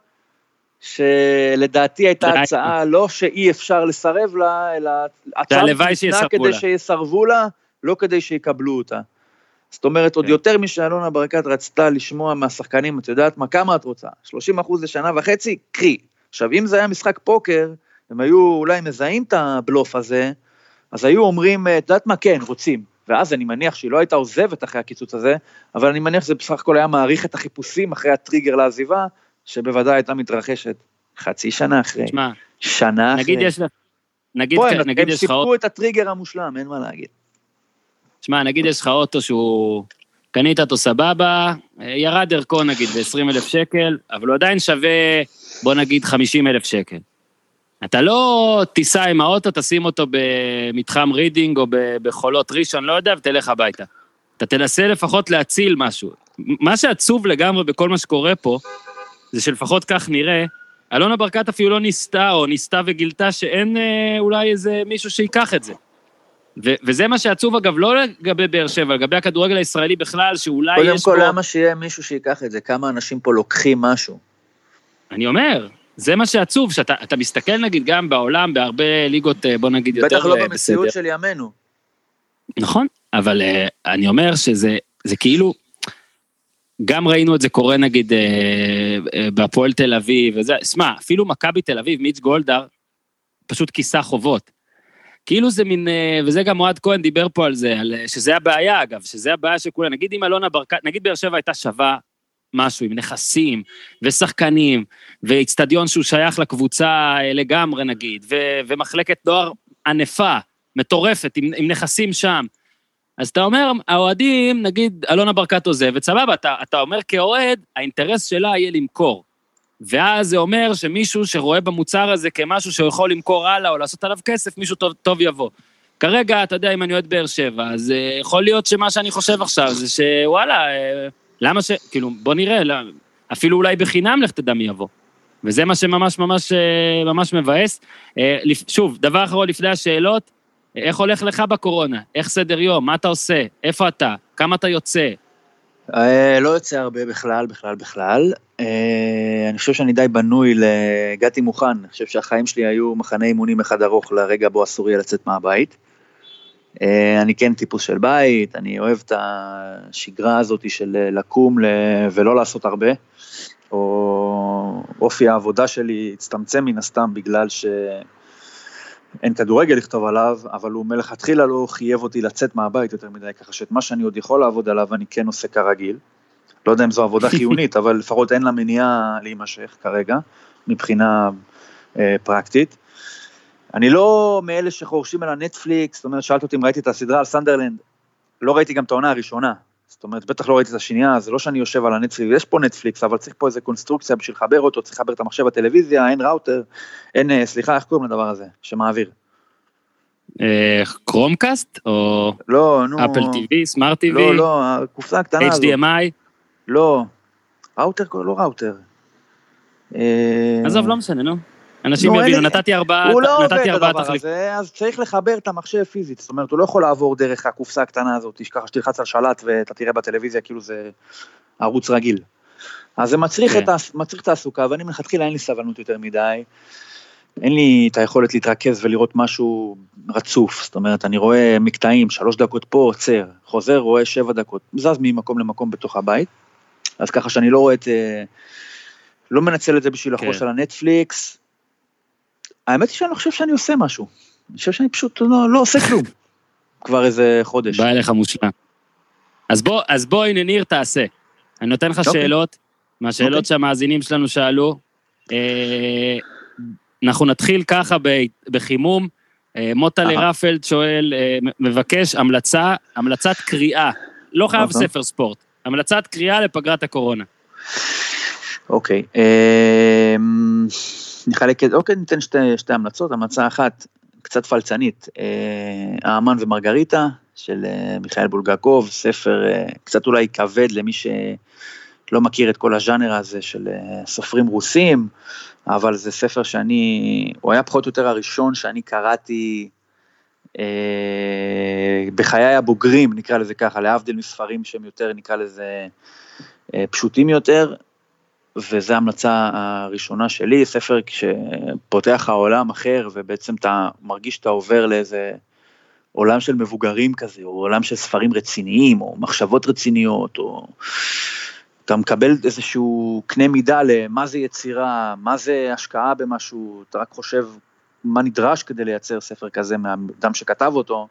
שלדעתי הייתה הצעה לא שאי אפשר לסרב לה, אלא הצעה ניתנה כדי שיסרבו לה, לא כדי שיקבלו אותה. זאת אומרת, עוד יותר משאלונה ברקת רצתה לשמוע מהשחקנים, את יודעת מה, כמה את רוצה? שלושים אחוז לשנה וחצי, קרי. עכשיו, אם זה היה משחק פוקר, הם היו אולי מזהים את הבלוף הזה, אז היו אומרים, את יודעת מה, כן, רוצים. ואז אני מניח שהיא לא הייתה עוזבת אחרי הקיצוץ הזה, אבל אני מניח שזה בסך הכל היה מעריך את החיפושים אחרי הטריגר לעזיבה, שבוודאי הייתה מתרחשת חצי שנה אחרי, שמה, שנה נגיד אחרי. יש לה, נגיד, בוא, נגיד הם יש לך... הם סיפקו את הטריגר המושלם, אין מה להגיד. שמע, נגיד יש לך אוטו שהוא... קנית אותו סבבה, ירד ערכו נגיד ב-עשרים אלף שקל, אבל הוא עדיין שווה, בוא נגיד חמישים אלף שקל. אתה לא תיסע עם האוטו, תשים אותו במתחם רידינג או בחולות ראשון, לא יודע, ותלך הביתה. אתה תנסה לפחות להציל משהו. מה שעצוב לגמרי בכל מה שקורה פה, זה שלפחות כך נראה, אלונה ברקת אפילו לא ניסתה, או ניסתה וגילתה שאין אה, אולי איזה מישהו שיקח את זה. ו- וזה מה שעצוב אגב, לא לגבי באר שבע, לגבי הכדורגל הישראלי בכלל, שאולי קודם יש כל, פה... למה שיהיה מישהו שיקח את זה? כמה אנשים פה לוקחים משהו? אני אומר, זה מה שעצוב, שאתה אתה מסתכל נגיד גם בעולם, בהרבה ליגות, בוא נגיד יותר בסדר. בטח לא במציאות של ימינו. נכון, אבל uh, אני אומר שזה זה כאילו, גם ראינו את זה קורה נגיד בהפועל תל אביב, וזה, סמה, אפילו מכבי תל אביב, מיץ' גולדהר, פשוט כיסה חובות. כאילו זה מין, וזה גם מועד כהן דיבר פה על זה, על, שזה הבעיה אגב, שזה הבעיה שכולה, נגיד אם אלונה ברקת, נגיד באר שבע הייתה שווה משהו, עם נכסים ושחקנים, ואצטדיון שהוא שייך לקבוצה לגמרי נגיד, ו, ומחלקת נוער ענפה, מטורפת, עם, עם נכסים שם, אז אתה אומר, האוהדים, נגיד, אלונה ברקת עוזב, וסבבה, אתה, אתה אומר כאוהד, האינטרס שלה יהיה למכור. ואז זה אומר שמישהו שרואה במוצר הזה כמשהו שהוא יכול למכור הלאה, או לעשות עליו כסף, מישהו טוב, טוב יבוא. כרגע, אתה יודע, אם אני אוהד באר שבע, אז יכול להיות שמה שאני חושב עכשיו, זה שוואלה, למה ש... כאילו, בוא נראה, אפילו אולי בחינם לך תדע מי יבוא. וזה מה שממש ממש ממש מבאס. שוב, דבר אחרון לפני השאלות, איך הולך לך בקורונה? איך סדר יום? מה אתה עושה? איפה אתה? כמה אתה יוצא? לא יוצא הרבה בכלל, בכלל, בכלל. אני חושב שאני די בנוי, הגעתי מוכן. אני חושב שהחיים שלי היו מחנה אימונים אחד ארוך לרגע בו אסור יהיה לצאת מהבית. אני כן טיפוס של בית, אני אוהב את השגרה הזאת של לקום ולא לעשות הרבה, או אופי העבודה שלי הצטמצם מן הסתם בגלל ש... אין כדורגל לכתוב עליו, אבל הוא מלכתחילה לא חייב אותי לצאת מהבית יותר מדי, ככה שאת מה שאני עוד יכול לעבוד עליו, אני כן עושה כרגיל. לא יודע אם זו עבודה חיונית, אבל לפחות אין לה מניעה להימשך כרגע, מבחינה אה, פרקטית. אני לא מאלה שחורשים על הנטפליקס, זאת אומרת, שאלת אותי אם ראיתי את הסדרה על סנדרלנד, לא ראיתי גם את העונה הראשונה, זאת אומרת, בטח לא ראיתי את השנייה, זה לא שאני יושב על הנטפליקס, יש פה נטפליקס, אבל צריך פה איזה קונסטרוקציה בשביל לחבר אותו, צריך לחבר את המחשב בטלוויזיה, אין ראוטר, אין, סליחה, איך קוראים לדבר הזה, שמעביר? קרומקאסט, או לא, נו, אפל טיווי, סמארט טיווי? לא, לא, הקופסה הקטנה הזאת. אייץ' די אם איי? לא, ראוטר, לא ראוטר. עזוב, לא משנה, נו. אנשים יבינו, נתתי ארבעה, הוא לא נתתי עובד ארבעה הדבר הזה, אז צריך לחבר את המחשב פיזית, זאת אומרת, הוא לא יכול לעבור דרך הקופסה הקטנה הזאת, ככה שתלחץ על שלט ואתה תראה בטלוויזיה, כאילו זה ערוץ רגיל. אז זה מצריך את, מצריך תעסוקה, ואני מלכתחילה אין לי סבלנות יותר מדי, אין לי את היכולת להתרכז ולראות משהו רצוף, זאת אומרת, אני רואה מקטעים, שלוש דקות פה, עוצר, חוזר, רואה שבע דקות, זז ממקום למקום בתוך הבית, אז ככה שאני לא רואה את, לא מנצל את זה בשביל לחוש על הנטפליקס. האמת היא שאני לא חושב שאני עושה משהו, אני חושב שאני פשוט לא, לא עושה כלום, כבר איזה חודש. בא אליך מושלם. אז בוא, אז בוא, הנה ניר, תעשה. אני נותן לך okay. שאלות, מהשאלות okay. שהמאזינים שלנו שאלו, אה, אנחנו נתחיל ככה בחימום, אה, מוטה לרפלד שואל, אה, מבקש המלצה, המלצת קריאה, לא חייב okay. ספר ספורט, המלצת קריאה לפגרת הקורונה. אוקיי, okay. אה... נחלק, אוקיי, ניתן שתי, שתי המלצות, המלצה אחת, קצת פלצנית, אה, האמן ומרגריטה, של אה, מיכאל בולגקוב, ספר אה, קצת אולי כבד למי שלא מכיר את כל הז'אנר הזה של אה, סופרים רוסים, אבל זה ספר שאני, הוא היה פחות או יותר הראשון שאני קראתי אה, בחיי הבוגרים, נקרא לזה ככה, להבדיל מספרים שהם יותר, נקרא לזה אה, פשוטים יותר, וזו ההמלצה הראשונה שלי, ספר שפותח העולם אחר, ובעצם אתה מרגיש שאתה עובר לאיזה עולם של מבוגרים כזה, או עולם של ספרים רציניים, או מחשבות רציניות, או אתה מקבל איזשהו קנה מידה למה זה יצירה, מה זה השקעה במשהו, אתה רק חושב מה נדרש כדי לייצר ספר כזה מהאדם שכתב אותו,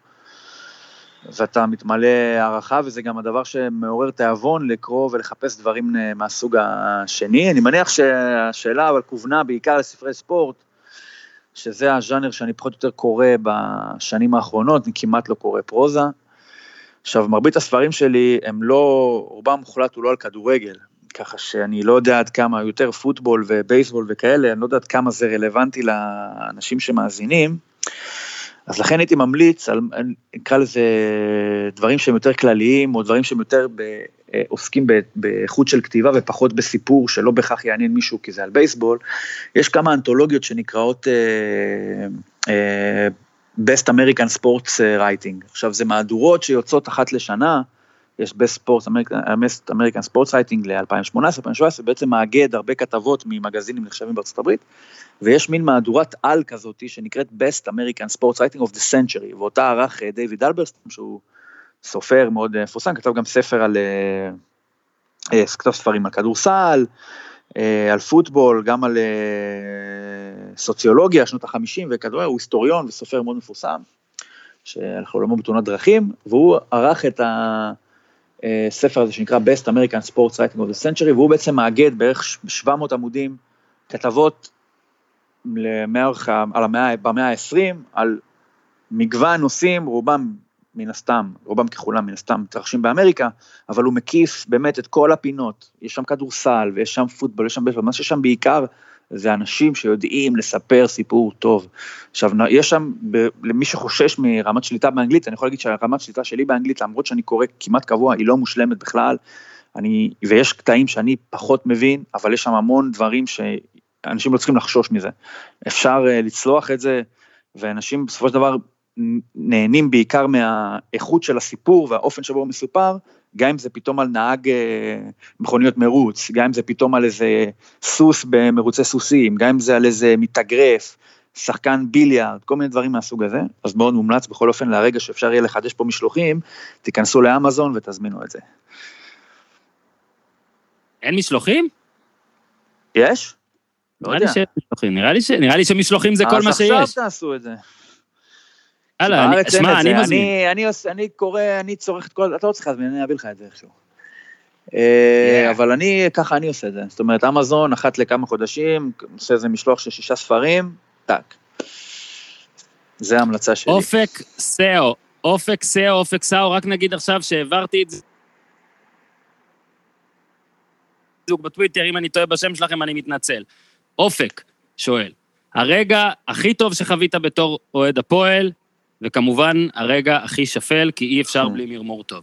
ואתה מתמלא הערכה, וזה גם הדבר שמעורר תיאבון לקרוא ולחפש דברים מהסוג השני. אני מניח שהשאלה אבל כוונה בעיקר לספרי ספורט, שזה הז'אנר שאני פחות או יותר קורא בשנים האחרונות, אני כמעט לא קורא פרוזה. עכשיו, מרבית הספרים שלי הם לא, רובם מוחלט הוא לא על כדורגל, ככה שאני לא יודע עד כמה, יותר פוטבול ובייסבול וכאלה, אני לא יודע עד כמה זה רלוונטי לאנשים שמאזינים, אז לכן הייתי ממליץ, על, נקרא לזה דברים שהם יותר כלליים, או דברים שהם יותר ב, עוסקים באיכות של כתיבה, ופחות בסיפור שלא בכך יעניין מישהו, כי זה על בייסבול. יש כמה אנתולוגיות שנקראות uh, uh, Best American Sports Writing. עכשיו, זה מהדורות שיוצאות אחת לשנה, יש Best Sports, Best American Sports Writing ל-אלפיים שמונה עשרה אלפיים שבע עשרה, בעצם מאגד הרבה כתבות ממגזינים נחשבים בארצות הברית, ויש מין מהדורת על כזאת שנקראת Best American Sports Writing of the Century, ואותה ערך דיוויד אלברסטון, שהוא סופר מאוד מפורסם, כתב גם ספר על, כתב ספרים על כדורסל, על פוטבול, גם על סוציולוגיה, שנות החמישים וכדומה, הוא היסטוריון וסופר מאוד מפורסם, שהלכו לעולמו בתאונת דרכים, והוא ערך את הספר הזה שנקרא Best American Sports Writing of the Century, והוא בעצם מאגד בערך שבע מאות עמודים, כתבות למערך, על המאה, במאה ה-עשרים, על מגוון נושאים, רובם מן הסתם, רובם ככולם מן הסתם מתרחשים באמריקה, אבל הוא מקיף באמת את כל הפינות, יש שם כדורסל, ויש שם פוטבול, יש שם בייסבול, מה ששם בעיקר, זה אנשים שיודעים לספר סיפור טוב. עכשיו, יש שם, ב, למי שחושש מרמת שליטה באנגלית, אני יכול להגיד שהרמת שליטה שלי באנגלית, למרות שאני קורא כמעט קבוע, היא לא מושלמת בכלל, אני, ויש קטעים שאני פחות מבין, אבל יש שם המון דברים שאנשים לא צריכים לחשוש מזה. אפשר uh, לצלוח את זה, ואנשים בסופו של דבר נהנים בעיקר מהאיכות של הסיפור, והאופן שבו הוא מסופר, גם אם זה פתאום על נהג מכוניות מרוץ, גם אם זה פתאום על איזה סוס במרוצי סוסים, גם אם זה על איזה מתאגרף, שחקן ביליארד, כל מיני דברים מהסוג הזה, אז מאוד מומלץ בכל אופן להרגע שאפשר יהיה לחדש פה משלוחים, תיכנסו לאמזון ותזמינו את זה. אין משלוחים? יש? נראה לי שיש משלוחים, נראה לי שמשלוחים זה כל מה שיש. אז עכשיו תעשו את זה. שמע, אני מזמין. אני קורא, אני צורך את כל, אתה לא צריך להזמין, אני אביא לך את זה איכשהו. אבל אני, ככה אני עושה את זה. זאת אומרת, אמזון, אחת לכמה חודשים, עושה איזה משלוח של שישה ספרים, טק. זה ההמלצה שלי. אופק סאו, אופק סאו, אופק סאו, רק נגיד עכשיו שהעברתי את זה. בטוויטר, אם אני טועה בשם שלכם, אני מתנצל. אופק, שואל, הרגע הכי טוב שחווית בתור אוהד הפועל, וכמובן הרגע הכי שפל, כי אי אפשר בלי מרמור טוב.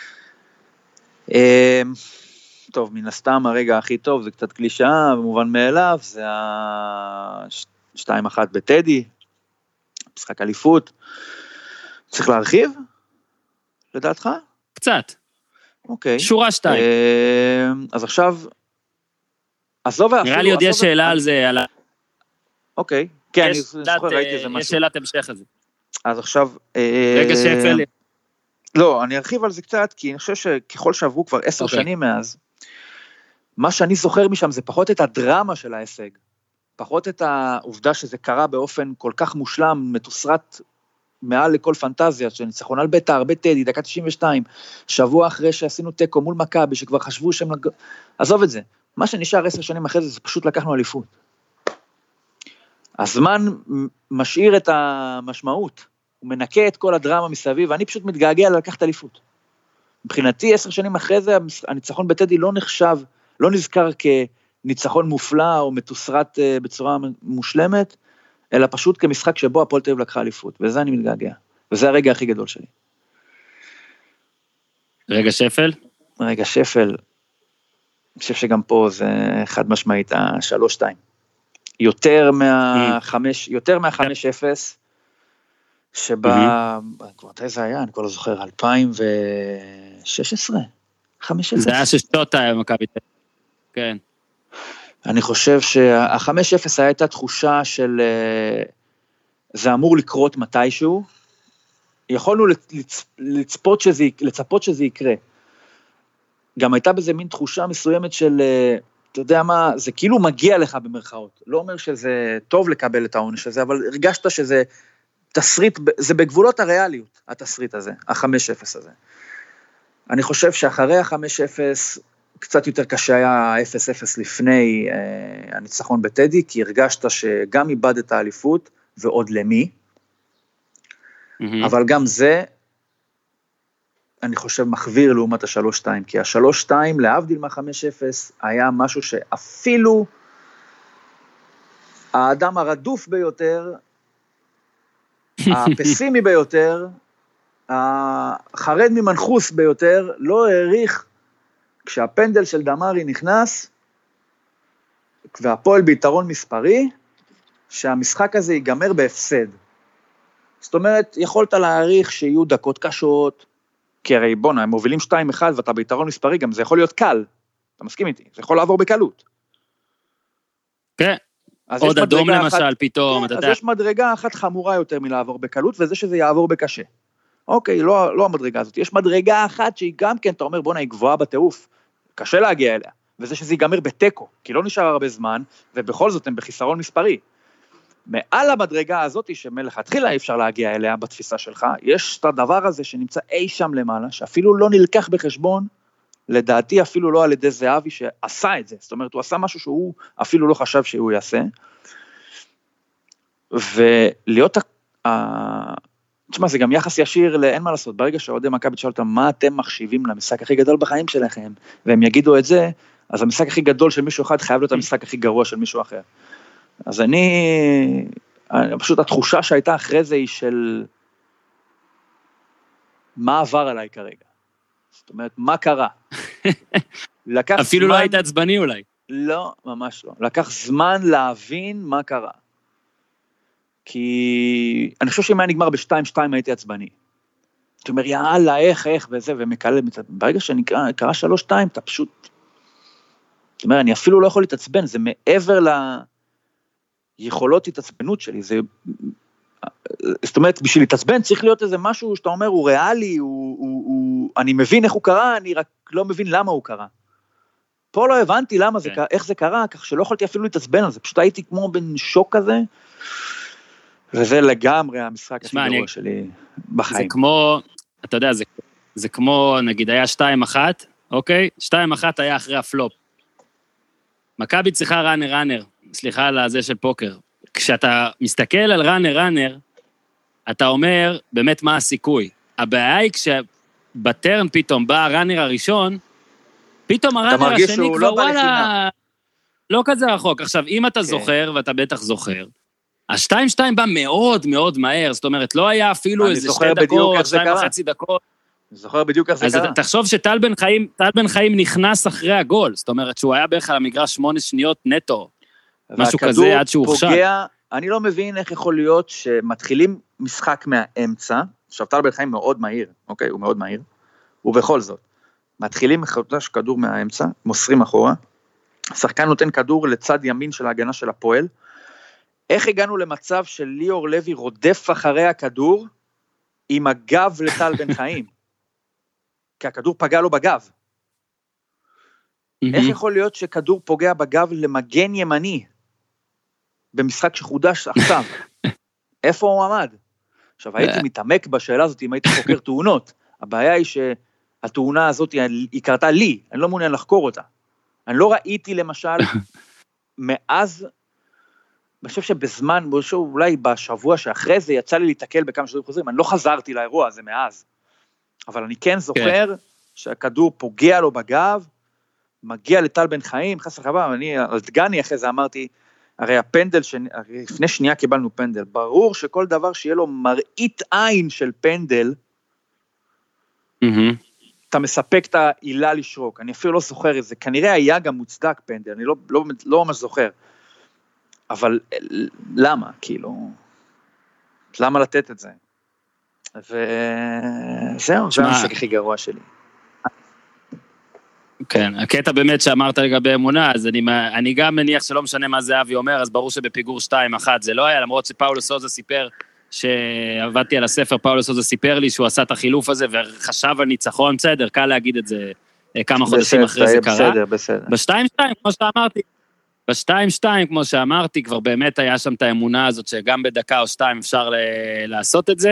טוב, מן הסתם הרגע הכי טוב, זה קצת קלישאה, במובן מאליו, זה ה-שתיים אחת בטדי, משחק אליפות. צריך להרחיב? לדעתך? קצת. אוקיי. שורה שתיים. אז עכשיו, עזוב ואפילו... נראה לי עוד יש שאלה על זה, על ה... אוקיי, כן, אני זוכר, ראיתי איזה משהו. יש שאלת המשך על זה. אז עכשיו... רגע שפל. לא, אני ארחיב על זה קצת, כי אני חושב שככל שעברו כבר עשר שנים מאז, מה שאני זוכר משם זה פחות את הדרמה של ההישג, פחות את העובדה שזה קרה באופן כל כך מושלם, מתוסרט מעל לכל פנטזיה, שניצחון על בית"ר, בטדי, דקה תשעים ושתיים, שבוע אחרי שעשינו טקו מול מכבי, שכבר חשבו שהם... עזוב את זה. מה שנשאר עשר שנים אחרי זה, זה פשוט לקחנו אליפות. הזמן משאיר את המשמעות, הוא מנקה את כל הדרמה מסביב, ואני פשוט מתגעגע ללקחת אליפות. מבחינתי, עשר שנים אחרי זה, הניצחון בטדי לא נחשב, לא נזכר כניצחון מופלא, או מתוסרט בצורה מושלמת, אלא פשוט כמשחק שבו הפועל תל אביב לקחה אליפות, וזה אני מתגעגע, וזה הרגע הכי גדול שלי. רגע שפל? רגע שפל, אני חושב שגם פה זה חד משמעית, השלוש שתיים. יותר מהחמש, יותר מהחמש אפס, שבה, כבר מתי זה היה, אני כבר לא זוכר, אלפיים ושש עשרה? חמש אפס? זה היה ששתות היה מכבי תל אביב, כן. אני חושב שהחמש אפס הייתה תחושה של, זה אמור לקרות מתישהו, יכולנו לצפות שזה, לצפות שזה יקרה. גם הייתה בזה מין תחושה מסוימת של, אתה יודע מה, זה כאילו מגיע לך במרכאות, לא אומר שזה טוב לקבל את העונש הזה, אבל הרגשת שזה תסריט, זה בגבולות הריאליות, התסריט הזה, החמש אפס הזה. אני חושב שאחרי החמש אפס, קצת יותר קשה היה ה-אפס אפס לפני אה, הניצחון בטדי, כי הרגשת שגם איבדת האליפות, ועוד למי, mm-hmm. אבל גם זה, אני חושב מחוויר לעומת ה-שלוש שתיים, כי ה-שלוש שתיים, להבדיל מה-חמש אפס, היה משהו שאפילו האדם הרדוף ביותר, הפסימי ביותר, החרד ממנחוס ביותר, לא העריך, כשהפנדל של דמרי נכנס, והפועל ביתרון מספרי, שהמשחק הזה ייגמר בהפסד. זאת אומרת, יכולת להעריך שיהיו דקות קשות, כי הרי בונה, הם מובילים שתיים אחד, ואתה ביתרון מספרי, גם זה יכול להיות קל, אתה מסכים איתי, זה יכול לעבור בקלות. כן, עוד אדום למשל, אחת, פתאום, כן, אז יודע. יש מדרגה אחת חמורה יותר מלעבור בקלות, וזה שזה יעבור בקשה. אוקיי, לא, לא המדרגה הזאת, יש מדרגה אחת שהיא גם כן, אתה אומר, בונה, היא גבוהה בטירוף, קשה להגיע אליה, וזה שזה ייגמר בטקו, כי לא נשאר הרבה זמן, ובכל זאת הם בחיסרון מספרי. מעל המדרגה הזאת, שמלכתחילה אי אפשר להגיע אליה בתפיסה שלך, יש את הדבר הזה שנמצא אי שם למעלה, שאפילו לא נלקח בחשבון, לדעתי אפילו לא על ידי זהבי שעשה את זה, זאת אומרת, הוא עשה משהו שהוא אפילו לא חשב שהוא יעשה, ולהיות, תשמע, זה גם יחס ישיר, אין מה לעשות, ברגע שעודי מכבי תשאל אותם, מה אתם מחשיבים למשחק הכי גדול בחיים שלכם, והם יגידו את זה, אז המשחק הכי גדול של מישהו אחד חייב להיות המשחק הכי גרוע של מישהו אחר. אז אני, פשוט התחושה שהייתה אחרי זה היא של, מה עבר עליי כרגע? זאת אומרת, מה קרה? אפילו לא היית עצבני אולי. לא, ממש לא. לקח זמן להבין מה קרה. כי אני חושב שאם היה נגמר ב-שתיים שתיים הייתי עצבני. זאת אומרת, יאללה, איך, איך, וזה, ומקלל, ברגע שקרה שלוש שתיים, אתה פשוט, זאת אומרת, אני אפילו לא יכול להתעצבן, זה מעבר ליכולות התעצבנות שלי, זה, זאת אומרת, בשביל להתעצבן צריך להיות איזה משהו שאתה אומר, הוא ריאלי, הוא, הוא, הוא, אני מבין איך הוא קרה, אני רק לא מבין למה הוא קרה. פה לא הבנתי למה זה, איך זה קרה, כך שלא יכולתי אפילו להתעצבן על זה, פשוט הייתי כמו בין שוק כזה, וזה לגמרי המשחק הכי גרוע שלי בחיים. זה כמו, אתה יודע, זה, זה כמו, נגיד, היה שתיים אחת, אוקיי? שתיים אחת היה אחרי הפלופ. מכבי צריכה ראנר ראנר, סליחה על זה של פוקר. כשאתה מסתכל על ראנר ראנר, אתה אומר, באמת מה הסיכוי? הבעיה היא כשבטרן פתאום בא הראנר הראשון, פתאום הראנר השני כבר וואלה, לא כזה רחוק. עכשיו, אם אתה זוכר, ואתה בטח זוכר, השתיים שתיים בא מאוד מאוד מהר, זאת אומרת, לא היה אפילו איזה שתי דקות, שתיים וחצי דקות. אני זוכר בדיוק איך זה קרה. אז תחשוב שטל בן חיים, טל בן חיים נכנס אחרי הגול, זאת אומרת שהוא היה בערך על המגרש שמונה שניות נטו, משהו כזה עד שהוא הוכשל. אני לא מבין איך יכול להיות שמתחילים משחק מהאמצע, עכשיו טל בן חיים מאוד מהיר, אוקיי, הוא מאוד מהיר, ובכל זאת, מתחילים מחדש כדור מהאמצע, מוסרים אחורה, השחקן נותן כדור לצד ימין של ההגנה של הפועל, איך הגענו למצב של ליאור לוי רודף אחרי הכדור, עם הגב לטל בן חיים? כי הכדור פגע לו בגב. איך יכול להיות שכדור פוגע בגב למגן ימני, במשחק שחודש עכשיו? איפה הוא עמד? עכשיו, הייתי מתעמק בשאלה הזאת, אם הייתי חוקר תאונות. הבעיה היא שהתאונה הזאת היא קרתה לי, אני לא מעוניין לחקור אותה. אני לא ראיתי למשל, מאז, אני חושב שבזמן, אולי בשבוע שאחרי זה, יצא לי להתקל בכמה שדורים חוזרים, אני לא חזרתי לאירוע הזה מאז, אבל אני כן זוכר שהכדור פוגע לו בגב, מגיע לטל בן חיים, חס וחלילה, אני על דגני אחרי זה אמרתי, הרי הפנדל, הרי לפני שנייה קיבלנו פנדל, ברור שכל דבר שיהיה לו מראית עין של פנדל, אתה מספק את העילה לשרוק, אני אפילו לא זוכר את זה, כנראה היה גם מוצדק פנדל, אני לא, לא, לא ממש זוכר, אבל למה, כאילו, למה לתת את זה? וזהו, זה המשחק הכי גרוע שלי. כן, הקטע באמת שאמרת לגבי אמונה, אז אני, אני גם מניח שלא משנה מה זה אבי אומר, אז ברור שבפיגור שתיים אחת זה לא היה, למרות שפאולו סוזה סיפר, שעבדתי על הספר, פאולו סוזה סיפר לי שהוא עשה את החילוף הזה, וחשב על ניצחון, בסדר, קל להגיד את זה כמה חודשים אחרי זה קרה. בסדר, בסדר. בשתיים שתיים, כמו שאמרתי, בשתיים שתיים, כמו שאמרתי, כבר באמת היה שם את האמונה הזאת, שגם בדקה או שתיים אפשר לעשות את זה,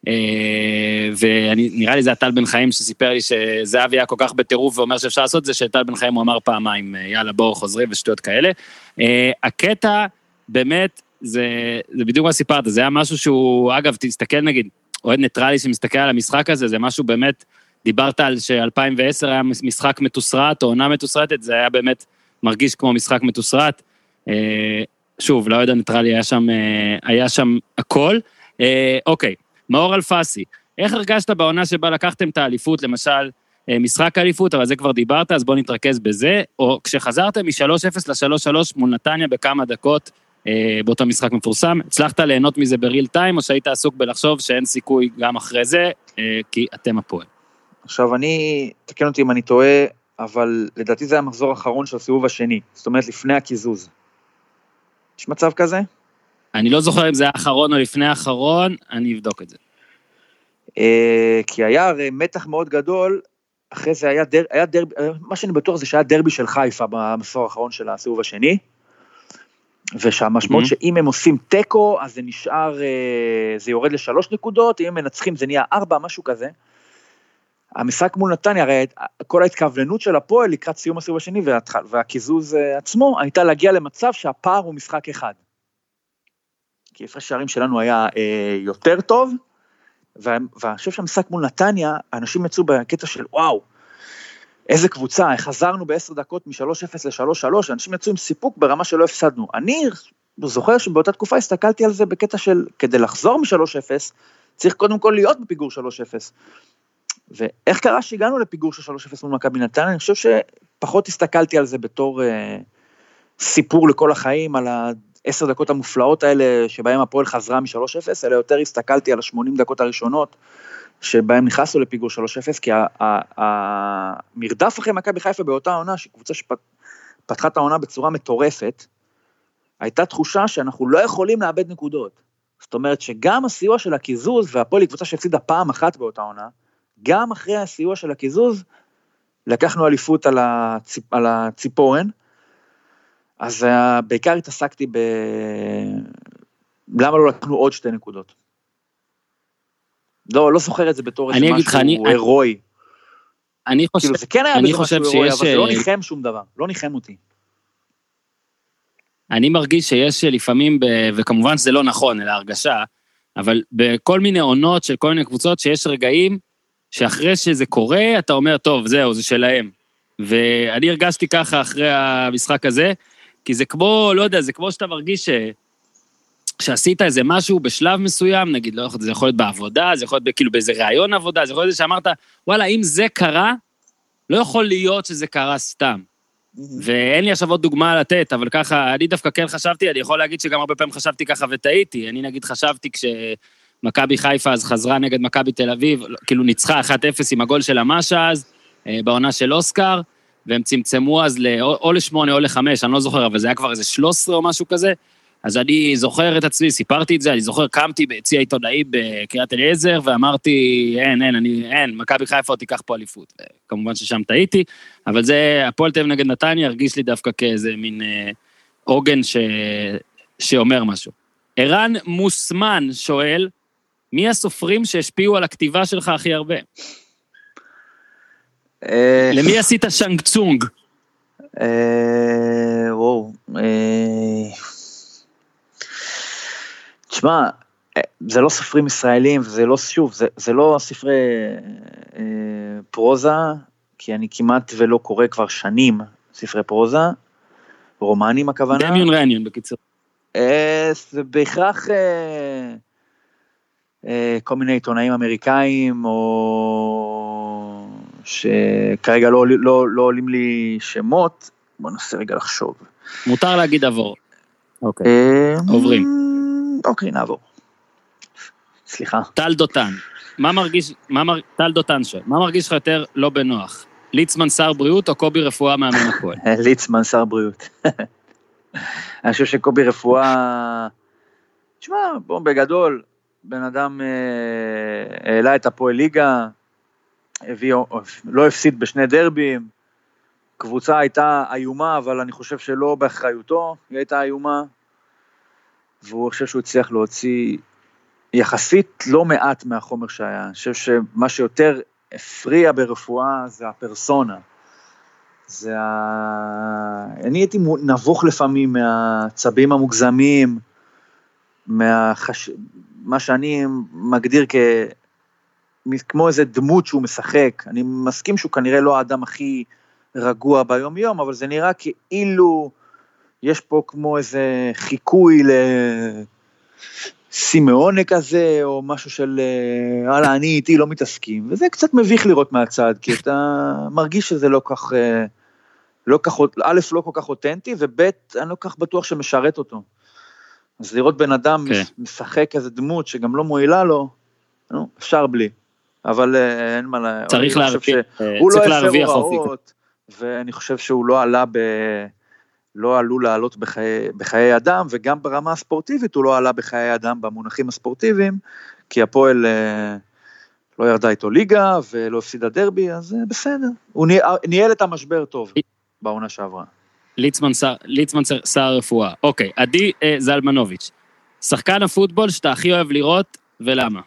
ונראה לי זה הטל בן חיים שסיפר לי שזהבי היה כל כך בטירוף ואומר שאפשר לעשות זה, שטל בן חיים הוא אמר פעמיים, יאללה בואו חוזרים ושטויות כאלה. הקטע באמת, זה, זה בדיוק מה סיפרת, זה היה משהו שהוא, אגב תסתכל נגיד, אוהד ניטרלי שמסתכל על המשחק הזה, זה משהו באמת, דיברת על ש-אלפיים ועשר היה משחק מתוסרט, או עונה מתוסרטת, זה היה באמת מרגיש כמו משחק מתוסרט, שוב, לאוהד הניטרלי היה שם, היה שם הכל, אוקיי, מאור אלפסי, איך הרגשת בעונה שבה לקחתם את האליפות, למשל, משחק האליפות, אבל זה כבר דיברת, אז בוא נתרכז בזה, או כשחזרתם מ-שלוש אפס ל-שלוש שלוש מול נתניה בכמה דקות, באותו משחק מפורסם, הצלחת ליהנות מזה בריל טיים, או שהיית עסוק בלחשוב שאין סיכוי גם אחרי זה, כי אתם הפועל. עכשיו אני, תקן אותי אם אני טועה, אבל לדעתי זה המחזור האחרון של הסיבוב השני, זאת אומרת לפני הקיזוז. יש מצב כזה? אני לא זוכר אם זה האחרון או לפני האחרון, אני אבדוק את זה. כי היה הרי מתח מאוד גדול, אחרי זה היה, דר, היה דרבי, מה שאני בטוח זה שהיה דרבי של חיפה במסור האחרון של הסיבוב השני, ושהמשמעות mm-hmm. שאם הם עושים טקו, אז זה נשאר, זה יורד לשלוש נקודות, אם הם מנצחים זה נהיה ארבע, משהו כזה. המשחק מול נתניה, הרי כל ההתכווננות של הפועל לקראת סיום הסיבוב השני, והכיזוז עצמו, הייתה להגיע למצב שהפער הוא משחק אחד. כי הפרש שערים שלנו היה יותר טוב, ואני חושב שהמשחק מול נתניה, האנשים יצאו בקטע של וואו, איזה קבוצה, חזרנו בעשר דקות מ-שלוש אפס ל-שלוש שלוש, אנשים יצאו עם סיפוק ברמה שלא הפסדנו. אני זוכר שבאותה תקופה הסתכלתי על זה בקטע של, כדי לחזור מ-שלוש אפס, צריך קודם כל להיות בפיגור שלוש אפס. ואיך קרה שהגענו לפיגור של שלוש אפס מול מכבי נתניה? אני חושב שפחות הסתכלתי על זה בתור אה, סיפור לכל החיים, על העשר דקות המופלאות האלה, שבהם הפועל חזרה מ-שלוש אפס, אלא יותר הסתכלתי על ה-שמונים דקות הראשונות, שבהם נכנסו לפיגור שלוש אפס, כי המרדף אחרי מכבי חיפה באותה עונה, שקבוצה שפתחה את העונה בצורה מטורפת, הייתה תחושה שאנחנו לא יכולים לאבד נקודות. זאת אומרת שגם הסיוע של הקיזוז, והפועל היא קבוצה שהפסידה פעם אחת באותה עונה, גם אחרי הסיוע של הקיזוז, לקחנו אליפות על, הציפ, על הציפורן, אז בעיקר התעסקתי ב... למה לא לקחנו עוד שתי נקודות? לא, לא זוכר את זה בתור איזה משהו הירואי. אני חושב, כאילו, זה כן היה בזה משהו הירואי, אבל זה לא ניחם שום דבר, לא ניחם אותי. אני מרגיש שיש לפעמים, וכמובן שזה לא נכון, אלא הרגשה, אבל בכל מיני עונות של כל מיני קבוצות, שיש רגעים שאחרי שזה קורה, אתה אומר, טוב, זהו, זה שלהם. ואני הרגשתי ככה אחרי המשחק הזה, כי זה כמו, לא יודע, זה כמו שאתה מרגיש ש... שעשית איזה משהו בשלב מסוים, נגיד, לא, זה יכול להיות בעבודה, זה יכול להיות כאילו באיזה רעיון עבודה, זה יכול להיות שאמרת, וואלה, אם זה קרה, לא יכול להיות שזה קרה סתם. ואין לי עכשיו עוד דוגמה לתת, אבל ככה, אני דווקא כן חשבתי, אני יכול להגיד שגם הרבה פעמים חשבתי ככה וטעיתי, אני נגיד חשבתי כשמכבי חיפה אז חזרה נגד מכבי תל אביב, כאילו ניצחה אחת אפס עם הגול של המשה אז, בעונה של אוסקר, והם צמצמו אז או לשמונה או לחמש, אני לא זוכר, אבל זה היה כבר איזה שלוש עשרה או משהו כזה, אז אני זוכר את עצמי, סיפרתי את זה, אני זוכר, קמתי ביציע עיתונאי בקריית אליעזר, ואמרתי, אין, אין, אני, אין, מכבי חיפה עוד תיקח פה אליפות. כמובן ששם טעיתי, אבל זה, הפועל תל אביב נגד נתניה, הרגיש לי דווקא כאיזה מין אה, עוגן ש, שאומר משהו. ערן מוסמן שואל, מי הסופרים שהשפיעו על הכתיבה שלך הכי הרבה? למי עשית שנג צונג? וואו, תשמע, זה לא ספרים ישראלים, וזה לא, שוב, זה, זה לא ספרי אה, פרוזה, כי אני כמעט ולא קורא כבר שנים ספרי פרוזה, רומנים הכוונה. דמיון רעניון בקיצור. אה, זה בהכרח אה, אה, כל מיני עיתונאים אמריקאים, או שכרגע לא, לא, לא עולים לי שמות, בוא ננסה רגע לחשוב. מותר להגיד עבור. אוקיי, אה, עוברים. אוקיי, נעבור. סליחה. טל דותן. מה מרגיש, מה מר... טל דותן שואל, מה מרגיש לך יותר לא בנוח? ליצמן שר בריאות או קובי רפואה מאמן הפועל? ליצמן שר בריאות. אני חושב שקובי רפואה, תשמע, בוא, בגדול, בן אדם אה, העלה את הפועל ליגה, הביא, לא הפסיד בשני דרבים, קבוצה הייתה איומה, אבל אני חושב שלא באחריותו, היא הייתה איומה, והוא חושב שהוא הצליח להוציא יחסית לא מעט מהחומר שהיה. אני חושב שמה שיותר הפריע ברפואה זה הפרסונה. זה ה... אני הייתי נבוך לפעמים מהצבים המוגזמים, מהחש... מה שאני מגדיר כ... כמו איזה דמות שהוא משחק. אני מסכים שהוא כנראה לא האדם הכי רגוע ביום יום, אבל זה נראה כאילו יש פה כמו איזה חיקוי לסימאונה כזה, או משהו של, הלאה, אני איתי לא מתעסקים, וזה קצת מביך לראות מהצד, כי אתה מרגיש שזה לא כך, לא כך, א', לא כל כך אותנטי, וב', אני לא כך בטוח שמשרת אותו. אז לראות בן אדם okay. משחק איזה דמות, שגם לא מועילה לו, נו, אפשר בלי. אבל אין מה לה... צריך להרוויח, הוא לא הפר הוראות, ואני חושב שהוא לא עלה ב... לא עלו לעלות בחיי, בחיי אדם, וגם ברמה הספורטיבית הוא לא עלה בחיי אדם במונחים הספורטיביים, כי הפועל לא ירדה איתו ליגה, ולא הפסידה דרבי, אז בסדר. הוא ניהל את המשבר טוב, בעונה שעברה. ליצמן שר הרפואה. אוקיי, עדי זלמנוביץ', שחקן הפוטבול שאתה הכי אוהב לראות, ולמה?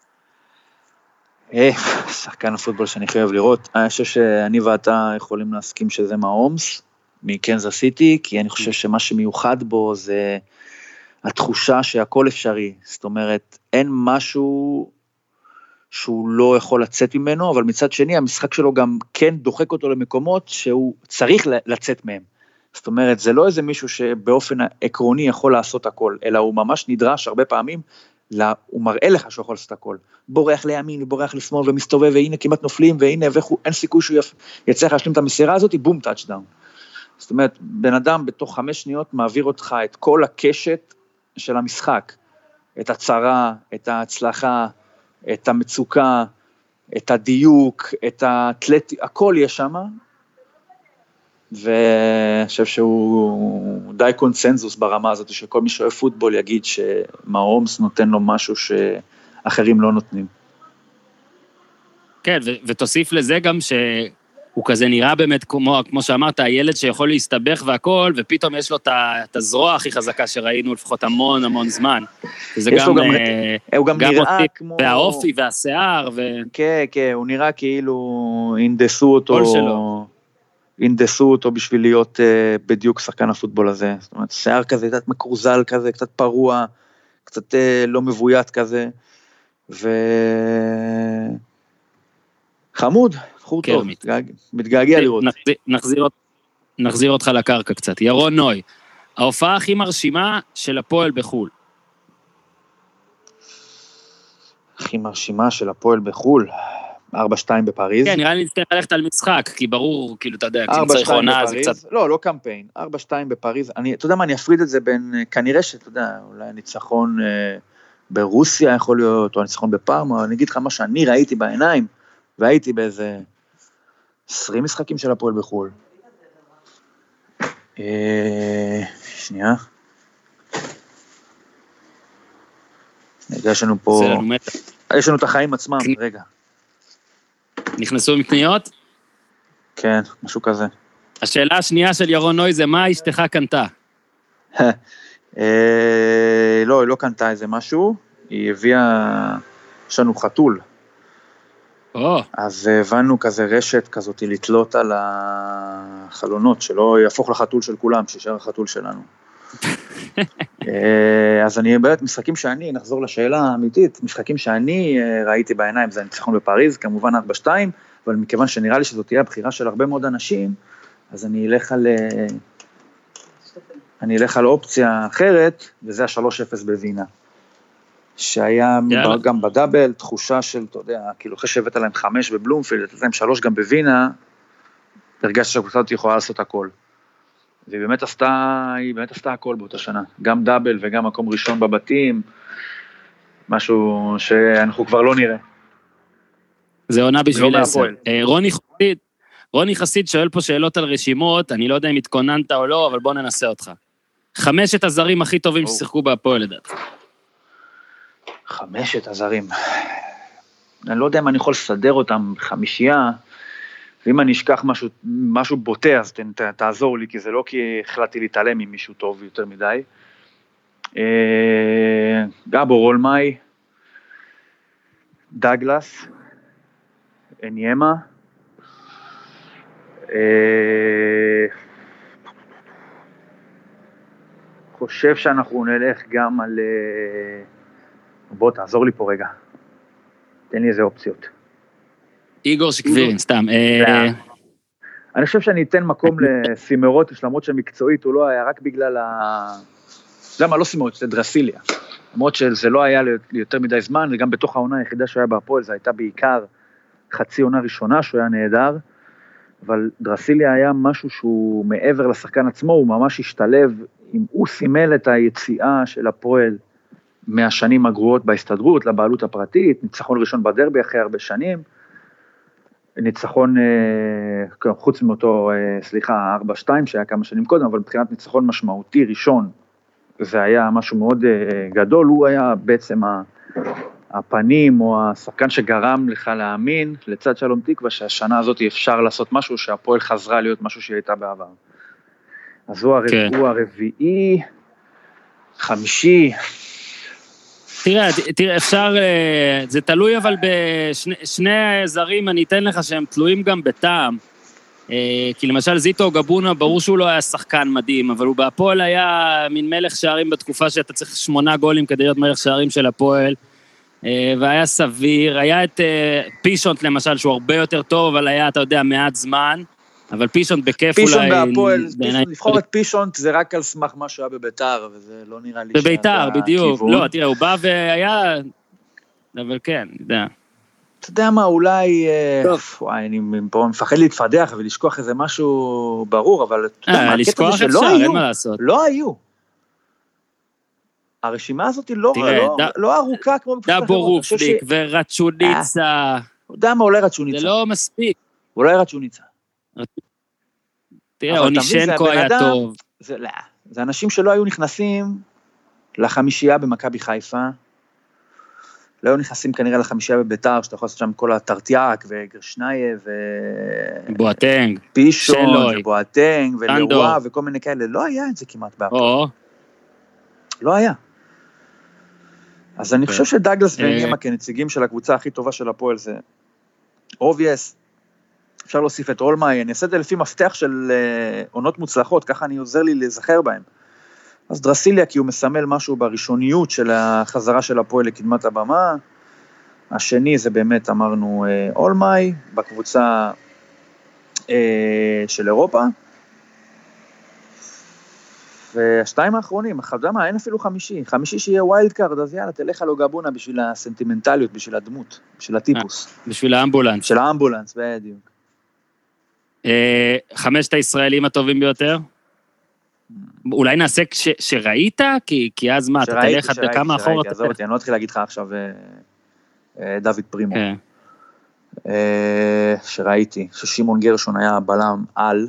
שחקן הפוטבול שאני הכי אוהב לראות, אני חושב שאני ואתה יכולים להסכים שזה מהאומס, מקנזס סיטי, כי אני חושב שמה שמיוחד בו זה התחושה שהכל אפשרי, זאת אומרת, אין משהו שהוא לא יכול לצאת ממנו, אבל מצד שני, המשחק שלו גם כן דוחק אותו למקומות שהוא צריך לצאת מהם. זאת אומרת, זה לא איזה מישהו שבאופן עקרוני יכול לעשות הכל, אלא הוא ממש נדרש הרבה פעמים, לה, הוא מראה לך שהוא יכול לעשות הכל. בורח לימין, בורח לשמאל ומסתובב, והנה כמעט נופלים, והנה וכו, אין סיכוי שהוא יצליח להשלים את המסירה הזאת, בום, טאצ'דאון. זאת אומרת, בן אדם בתוך חמש שניות מעביר אותך את כל הקשת של המשחק, את הצרה, את ההצלחה, את המצוקה, את הדיוק, את האתלטי, הכל יש שם, ואני חושב שהוא די קונצנזוס ברמה הזאת, שכל מי שאוהב פוטבול יגיד שמהאומס נותן לו משהו שאחרים לא נותנים. כן, ו- ותוסיף לזה גם שהוא כזה נראה באמת, כמו, כמו שאמרת, הילד שיכול להסתבך והכל, ופתאום יש לו את הזרוע הכי חזקה שראינו לפחות המון המון זמן. זה גם, גם, uh, הוא גם, גם נראה אותי, כמו... והאופי והשיער. ו... כן, כן, הוא נראה כאילו אינדסו אותו... כל שלו. אינדסו אותו בשביל להיות uh, בדיוק שחקן הפוטבול הזה. זאת אומרת, שיער כזה, קצת מקורזל כזה, קצת פרוע, קצת uh, לא מבוית כזה, ו... חמוד, חור טוב, מתגעגע לראות. נחזיר אותך לקרקע קצת. ירון נוי, ההופעה הכי מרשימה של הפועל בחול. הכי מרשימה של הפועל בחול, ארבע שתיים בפריז. כן, נראה לי נצטרך ללכת על משחק, כי ברור, כאילו, אתה יודע, כשאם צריך עונה זה קצת... לא, לא קמפיין, ארבע שתיים בפריז, אתה יודע מה, אני אפריד את זה בין, כנראה שאתה יודע, אולי ניצחון ברוסיה יכול להיות, או ניצחון בפארמה, אני אגיד לך מה שאני ראיתי בעיניים, והייתי באיזה עשרים משחקים של הפועל בחול. שנייה. יש לנו פה... יש לנו את החיים עצמם, רגע. נכנסו מקניות? כן, משהו כזה. השאלה השנייה של ירון נוי זה, מה אשתך קנתה? לא, היא לא קנתה איזה משהו, היא הביאה, יש לנו חתול. אז הבנו כזה רשת כזאת לתלות על החלונות, שלא יהפוך לחתול של כולם, שישאר החתול שלנו. אז אני באמת, משחקים שאני, נחזור לשאלה האמיתית, משחקים שאני ראיתי בעיניים, זה הניצחון בפריז, כמובן ארבע שתיים, אבל מכיוון שנראה לי שזאת תהיה הבחירה של הרבה מאוד אנשים, אז אני אלך על, אני אלך על אופציה אחרת, וזה ה-שלוש אפס בווינה. שהיה יאללה. גם בדאבל, תחושה של, אתה יודע, כאילו אחרי שהבאת להם חמש בבלומפילד, לתת להם שלוש גם בווינה, הרגשת שהקבוצה הזאת יכולה לעשות הכל. והיא באמת עשתה, היא באמת עשתה הכל באותה שנה. גם דאבל וגם מקום ראשון בבתים, משהו שאנחנו כבר לא נראה. זה עונה בשביל עשר. רוני חסיד, רוני חסיד שואל פה שאלות על רשימות, אני לא יודע אם התכוננת או לא, אבל בוא ננסה אותך. חמשת הזרים הכי טובים ששיחקו בהפועל לדעתך. חמשת הזרים. אני לא יודע אם אני יכול לסדר אותם חמישייה, ואם אני אשכח משהו, משהו בוטה, אז ת, ת, תעזור לי, כי זה לא כי החלטתי להתעלם עם מישהו טוב יותר מדי. אה, גאבו רולמאי, דאגלס, אניימה, אה, חושב שאנחנו נלך גם על... בוא, תעזור לי פה רגע. תן לי איזה אופציות. איגור שקבירין, סתם. אני חושב שאני אתן מקום לסימרות, למרות שמקצועית הוא לא היה רק בגלל ה... למה, לא סימרות, זה דרסיליה. למרות שזה לא היה יותר מדי זמן, וגם בתוך העונה היחידה שהוא היה בהפועל, זה הייתה בעיקר חצי עונה ראשונה שהוא היה נהדר, אבל דרסיליה היה משהו שהוא מעבר לשחקן עצמו, הוא ממש השתלב, אם הוא סימל את היציאה של הפועל, מהשנים הגרועות בהסתדרות, לבעלות הפרטית, ניצחון ראשון בדרבי אחרי הרבה שנים, ניצחון, חוץ מאותו, סליחה, ארבע שתיים שהיה כמה שנים קודם, אבל מבחינת ניצחון משמעותי ראשון, זה היה משהו מאוד גדול, הוא היה בעצם הפנים או השחקן שגרם לך להאמין לצד שלום תקווה שהשנה הזאת אפשר לעשות משהו שהפועל חזרה להיות משהו שהיא הייתה בעבר. אז הוא, כן. הרב... הוא הרביעי, חמישי. תראה, תראה, אפשר, זה תלוי אבל בשני זרים, אני אתן לך שהם תלויים גם בטעם, כי למשל זיטו גבונה, ברור שהוא לא היה שחקן מדהים, אבל הוא בהפועל היה מין מלך שערים בתקופה שאתה צריך שמונה גולים כדי להיות מלך שערים של הפועל, והיה סביר, היה את פישונט למשל, שהוא הרבה יותר טוב, אבל היה, אתה יודע, מעט זמן, אבל פישונט בכיף פישונט אולי... פישונט בהפועל, לבחור את פישונט זה רק על סמך מה שהיה בביתר, וזה לא נראה לי בביתר, בדיוק. לא, תראה, הוא בא והיה... אבל כן, יודע. אתה יודע מה, אולי... וואי, אני פה מפחד להתפדח ולשכוח איזה משהו ברור, אבל... לשכוח אפשר, אין מה לעשות. לא היו. הרשימה הזאת היא לא ארוכה כמו... דאבו רופניק ורצ'וניצה. אתה יודע מה, אולי רצ'וניצה. זה לא מספיק. אולי רצ'וניצה. תראה, אונישנקו היה טוב. זה, לא, זה אנשים שלא היו נכנסים לחמישייה במכבי חיפה, לא היו נכנסים כנראה לחמישייה בביתר, שאתה יכול לעשות שם כל הטרטיאק, וגרשנאיה, ו... בואטנג, פישון, ובואטנג, ולרוע, וכל מיני כאלה, לא היה את זה כמעט בהפועל. לא היה. אז אני חושב שדאגלס ונימה כנציגים של הקבוצה הכי טובה של הפועל זה אובייס, אפשר להוסיף את אולמאי, אני אעשה את זה לפי מפתח של עונות מוצלחות, ככה אני עוזר לי להיזכר בהם. אז דרסיליה, כי הוא מסמל משהו בראשוניות של החזרה של הפועל לקדמת הבמה, השני זה באמת אמרנו אולמאי, בקבוצה של אירופה, והשתיים האחרונים, אתה יודע מה, אין אפילו חמישי, חמישי שיהיה ווילד קארד, אז יאללה, תלך לו גבונה בשביל הסנטימנטליות, בשביל הדמות, בשביל הטיפוס. בשביל האמבולנס. של האמבולנס, בדיוק. חמשת הישראלים הטובים ביותר? אולי נעשה שראית? כי אז מה, אתה תלך עד דקה מאחור? עזוב אותי, אני לא אתחיל להגיד לך עכשיו דוד פרימו. שראיתי, ששימון גרשון היה בלם על,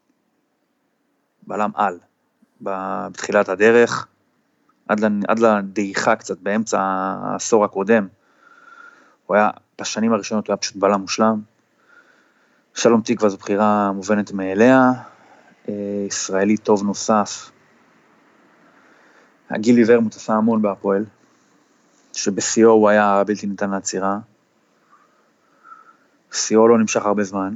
בלם על, בתחילת הדרך, עד לדעיכה קצת באמצע העשור הקודם, הוא היה, בשנים הראשונות הוא היה פשוט בלם מושלם, שלום תקווה זו בחירה מובנת מאליה, ישראלי טוב נוסף, גילי ורמוט עשה המון בהפועל, שבסיוע הוא היה בלתי ניתן לעצירה, סיוע לא נמשך הרבה זמן,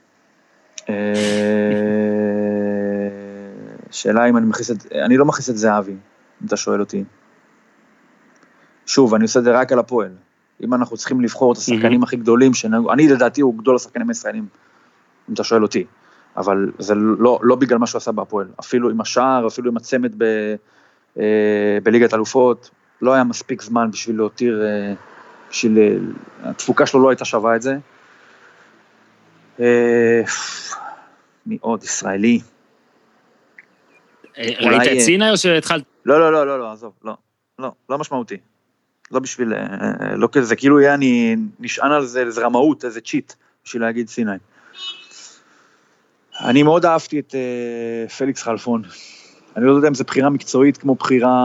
שאלה אם אני מכניס את, אני לא מכניס את זהבי, אם אתה שואל אותי. שוב, אני עושה את זה רק על הפועל. אם אנחנו צריכים לבחור את השחקנים הכי גדולים, אני לדעתי הוא גדול השחקנים הישראלים, אם אתה שואל אותי. אבל זה לא, לא בגלל מה שהוא עשה בהפועל. אפילו עם השער, אפילו עם הצמד ב, בליגת אלופות, לא היה מספיק זמן בשביל להותיר, בשביל, התפוקה שלו לא הייתה שווה את זה. מי עוד? ישראלי. ראית את סיני או שהתחלת? לא, לא, לא, לא, לא, עזוב, לא, לא, לא משמעותי. לא בשביל, לא כזה, כאילו יהיה אני נשען על זה, איזה רמאות, איזה צ'יט, בשביל להגיד סיני. אני מאוד אהבתי את פליקס חלפון. אני לא יודע אם זו בחירה מקצועית, כמו בחירה,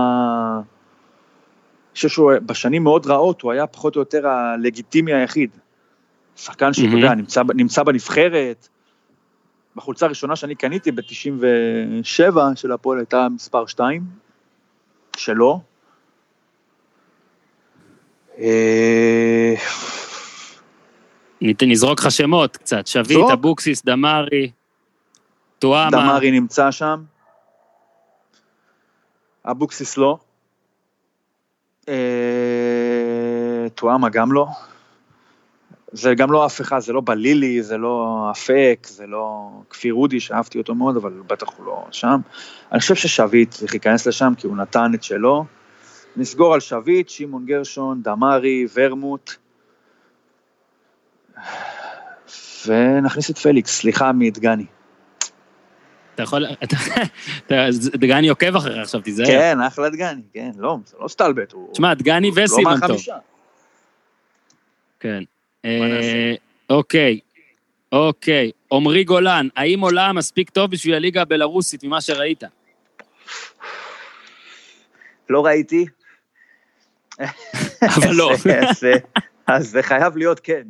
ששהו בשנים מאוד רעות, הוא היה פחות או יותר הלגיטימי היחיד. שחקן שאתה יודע, נמצא, נמצא בנבחרת, בחולצה הראשונה שאני קניתי ב-תשעים ושבע של הפועל הייתה מספר שתיים, שלו. נזרוק לך שמות קצת, שביט, אבוקסיס, דמרי, טועמה. דמרי נמצא שם, אבוקסיס לא, טועמה גם לא. זה גם לא אף אחד, זה לא בלילי, זה לא אפק, זה לא כפיר רודי, שאהבתי אותו מאוד, אבל בטח הוא לא שם. אני חושב ששביט צריך להיכנס לשם, כי הוא נתן את שלו. נסגור על שביט, שימון גרשון, דמרי, ורמוט, ונכניס את פליקס, סליחה מדגני. אתה יכול, דגני עוקב אחרי עכשיו, תיזהר. כן, אחלה דגני, כן, לא, זה לא סטלבט. תשמע, דגני וסימן טוב. כן. אוקיי, אוקיי, עומרי גולן, האם עולה מספיק טוב בשביל הליגה הבלרוסית ממה שראית? לא ראיתי. אבל לא. אז זה חייב להיות כן.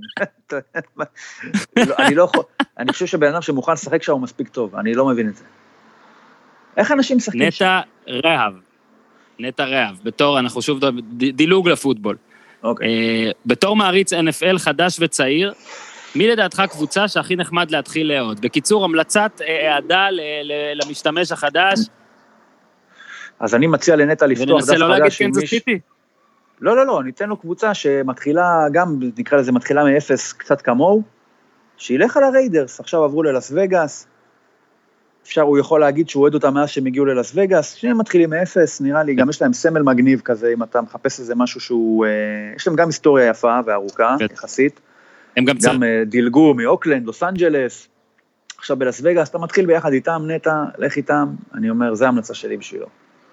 אני לא יכול, אני חושב שבן אדם שמוכן לשחק שם הוא מספיק טוב, אני לא מבין את זה. איך אנשים משחקים שם? נטע רהב, נטע רהב, בתור, אנחנו שוב דילוג לפוטבול. בתור מעריץ אן אף אל חדש וצעיר, מי לדעתך קבוצה שהכי נחמד להתחיל לעוד? בקיצור, המלצת העדה למשתמש החדש. אז אני מציע לנטע לפתוח דף חדש. וננסה לא להגיד קנזס סיטי? לא, לא, לא, ניתן לו קבוצה שמתחילה, גם נקרא לזה מתחילה מאפס קצת כמוהו, שילך על הריידרס, עכשיו עברו ללס וגאס, אפשר, הוא יכול להגיד שהוא אוהד אותם מאז שהם הגיעו ללס וגאס, שהם מתחילים מאפס, נראה לי, גם יש להם סמל מגניב כזה, אם אתה מחפש איזה משהו שהוא, יש להם גם היסטוריה יפה וארוכה, יחסית, הם גם, גם דילגו מאוקלנד, לוס אנג'לס, עכשיו בלס וגאס, אתה מתחיל ביחד איתם, נטע, לך איתם, אני אומר, זה המלצה שלי בשבילו.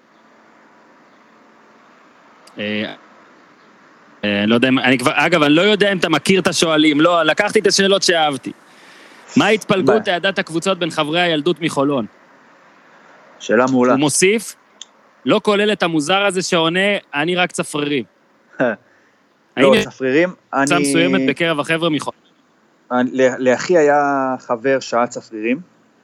לא יודע, אני כבר, אגב, אני לא יודע אם אתה מכיר את השואלים, לא, לקחתי את השאלות שאהבתי. מה התפלגות העדת הקבוצות בין חברי הילדות מחולון? שאלה מעולה. הוא מוסיף, לא כולל את המוזר הזה שעונה, אני רק צפרירים. לא, צפרירים, אני... קבוצה מסוימת בקרב החבר'ה מחולון. לאחי היה חבר שעה צפרירים,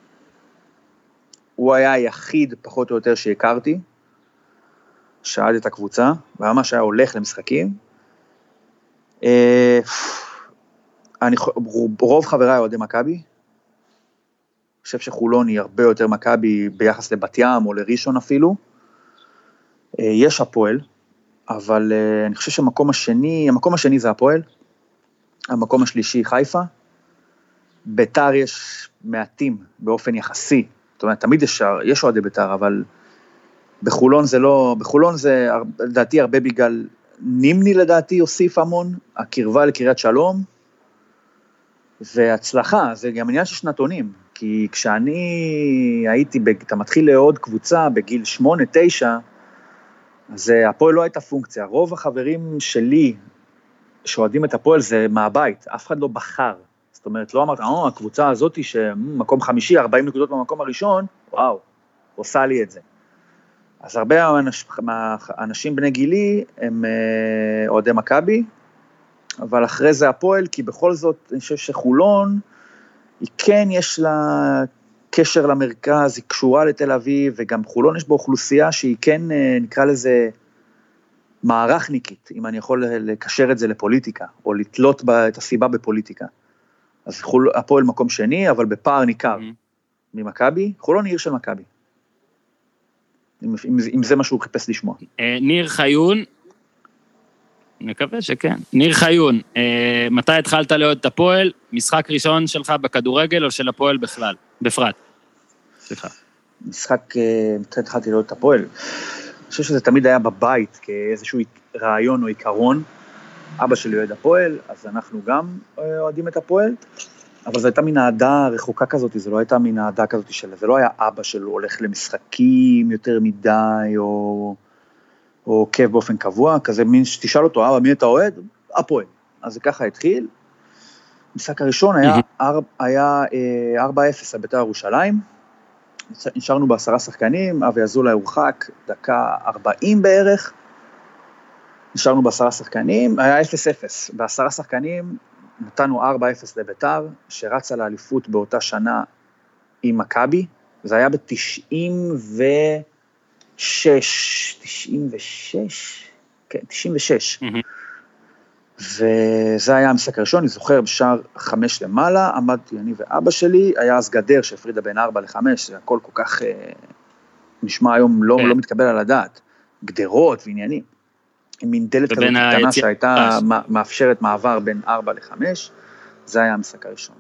הוא היה היחיד פחות או יותר שהכרתי, שעד את הקבוצה, וממש היה הולך למשחקים, אני, רוב חבריי אוהדי מכבי, אני חושב שחולון היא הרבה יותר מכבי ביחס לבת ים או לראשון אפילו, יש הפועל, אבל אני חושב שהמקום השני, המקום השני זה הפועל, המקום השלישי חיפה, ביתר יש מעטים באופן יחסי, זאת אומרת, תמיד יש, יש אוהדי ביתר, אבל בחולון זה לא, בחולון זה לדעתי הרבה בגלל, נימני לדעתי הוסיף המון, הקרבה לקריית שלום, והצלחה, זה גם עניין של שנתונים, כי כשאני הייתי, אתה מתחיל לעוד קבוצה בגיל שמונה, תשע, אז הפועל לא הייתה פונקציה, רוב החברים שלי שאוהדים את הפועל זה מהבית, אף אחד לא בחר, זאת אומרת, לא אמרת, אה, הקבוצה הזאת שמקום חמישי, ארבעים נקודות במקום הראשון, וואו, עושה לי את זה. אז הרבה אנשים בני גילי הם אוהדי מכבי, אבל אחרי זה הפועל, כי בכל זאת אני חושב שחולון, היא כן יש לה קשר למרכז, היא קשורה לתל אביב, וגם חולון יש בה אוכלוסייה שהיא כן נקרא לזה מערכניקית, אם אני יכול לקשר את זה לפוליטיקה, או לתלות את הסיבה בפוליטיקה. אז חול, הפועל מקום שני, אבל בפער ניכר mm-hmm. ממכבי, חולון היא עיר של מכבי. אם, אם, אם זה מה שהוא חיפש לשמוע. ניר חיון, מקווה שכן. ניר חיון, מתי התחלת לאוהד את הפועל? משחק ראשון שלך בכדורגל או של הפועל בכלל? בפרט. סליחה. משחק, מתי התחלתי לאוהד את הפועל? אני חושב שזה תמיד היה בבית, כאיזשהו רעיון או עיקרון. אבא שלי אוהד הפועל, אז אנחנו גם אוהדים את הפועל. אבל זו הייתה מן העדה רחוקה כזאת, זה לא הייתה מן העדה כזאת שלה, זה לא היה אבא שלו הולך למשחקים יותר מדי, או, או עוקב באופן קבוע, כזה מין שתשאל אותו, אבא, מי אתה אוהד? הפועל. אז זה ככה התחיל. המשחק הראשון היה, היה ארבע אפס על בית"ר ירושלים, נשארנו בעשרה שחקנים, אבי אזולאי הורחק, דקה ארבעים בערך, נשארנו בעשרה שחקנים, היה אפס אפס, בעשרה שחקנים, נתנו ארבע אפס לביתר, שרצה לאליפות באותה שנה עם מכבי, זה היה ב-תשעים ושש, תשעים ושש, כן, תשעים ושש, וזה היה המשחק הראשון, אני זוכר בשער חמש למעלה, עמדתי אני ואבא שלי, היה אז גדר שהפרידה בין ארבע לחמש, זה הכל כל כך נשמע היום לא, לא מתקבל על הדעת, גדרות ועניינים. עם מין דלת כזאת קטנה שהייתה מאפשרת מעבר בין ארבע לחמש, זה היה המשחק הראשון.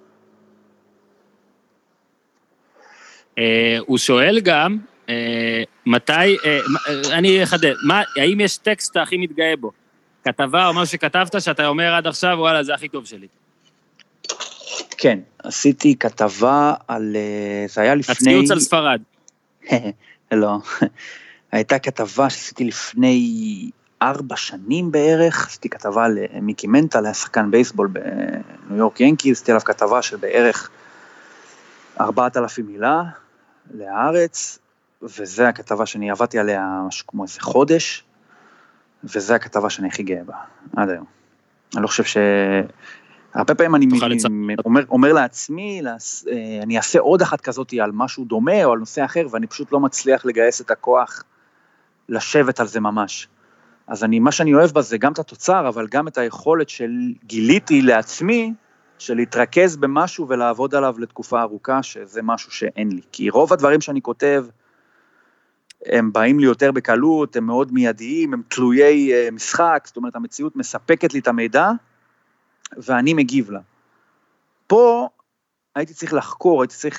הוא שואל גם, מתי, אני אחדד, האם יש טקסט הכי מתגאה בו? כתבה או משהו שכתבת שאתה אומר עד עכשיו, וואלה, זה הכי טוב שלי. כן, עשיתי כתבה על, זה היה לפני... הציוץ על ספרד. לא, הייתה כתבה שעשיתי לפני... ארבע שנים בערך, עשיתי כתבה למיקי מנטל, היה שחקן בייסבול בניו יורק ינקיז, עשיתי עליו כתבה של בערך ארבעת אלפים מילה לארץ, וזה הכתבה שאני עבדתי עליה משהו כמו איזה חודש, וזו הכתבה שאני הכי גאה בה, עד היום. אני לא חושב ש... הרבה פעמים אני אומר, אומר לעצמי, אני אעשה עוד אחת כזאת על משהו דומה, או על נושא אחר, ואני פשוט לא מצליח לגייס את הכוח, לשבת על זה ממש. אז אני, מה שאני אוהב בה זה גם את התוצר, אבל גם את היכולת של גיליתי לעצמי, של להתרכז במשהו ולעבוד עליו לתקופה ארוכה, שזה משהו שאין לי. כי רוב הדברים שאני כותב, הם באים לי יותר בקלות, הם מאוד מיידיים, הם תלויי משחק, זאת אומרת, המציאות מספקת לי את המידע, ואני מגיב לה. פה הייתי צריך לחקור, הייתי צריך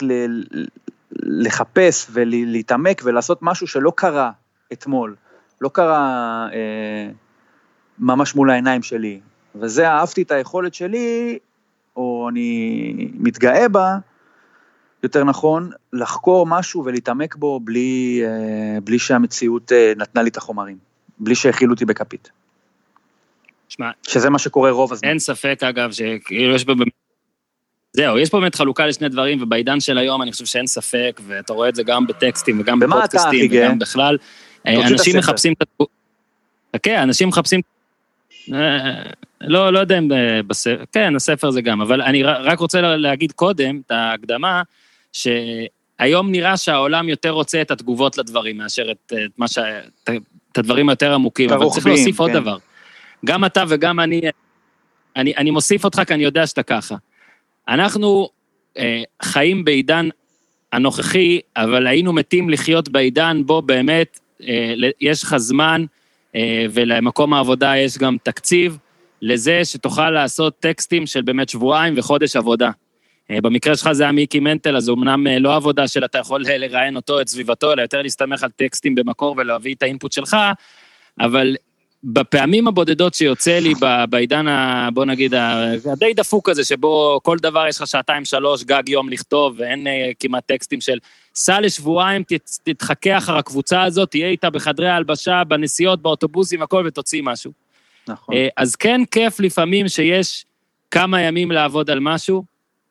לחפש ולהתעמק ולעשות משהו שלא קרה אתמול, לא קרה אה, ממש מול העיניים שלי, וזה אהבתי את היכולת שלי, או אני מתגאה בה, יותר נכון, לחקור משהו ולהתעמק בו בלי, אה, בלי שהמציאות אה, נתנה לי את החומרים, בלי שהכילו אותי בכפית. שמה, שזה מה שקורה רוב הזמן. אין ספק אגב, שכאילו יש פה, זהו, יש פה באמת חלוקה לשני דברים, ובעידן של היום אני חושב שאין ספק, ואתה רואה את זה גם בטקסטים וגם בפודקאסטים וגם בכלל, אנשים מחפשים את התגובות, כן, אנשים מחפשים, לא, לא יודע אם בספר, כן, הספר זה גם, אבל אני רק רוצה להגיד קודם, את ההקדמה, שהיום נראה שהעולם יותר רוצה את התגובות לדברים, מאשר את, את, מה ש... את הדברים היותר עמוקים, אבל צריך להוסיף עוד דבר. גם אתה וגם אני, אני, אני מוסיף אותך, כי אני יודע שאתה ככה. אנחנו אה, חיים בעידן הנוכחי, אבל היינו מתים לחיות בעידן בו באמת, אה, יש לך זמן, אה, ולמקום העבודה יש גם תקציב, לזה שתוכל לעשות טקסטים של באמת שבועיים וחודש עבודה. אה, במקרה שלך זה המיקי מנטל, אז אמנם אה, לא עבודה של אתה יכול לראיין אותו, את סביבתו, אלא יותר להסתמך על טקסטים במקור ולהביא את האינפוט שלך, אבל בפעמים הבודדות שיוצא לי בעידן, בוא נגיד, הדי דפוק הזה, שבו כל דבר יש לך שעתיים שלוש, גג יום לכתוב, ואין כמעט טקסטים של, סע לשבועיים, תתחכה אחר הקבוצה הזאת, תהיה איתה בחדרי ההלבשה, בנסיעות, באוטובוסים, הכל, ותוציא משהו. נכון. אז כן כיף לפעמים שיש כמה ימים לעבוד על משהו.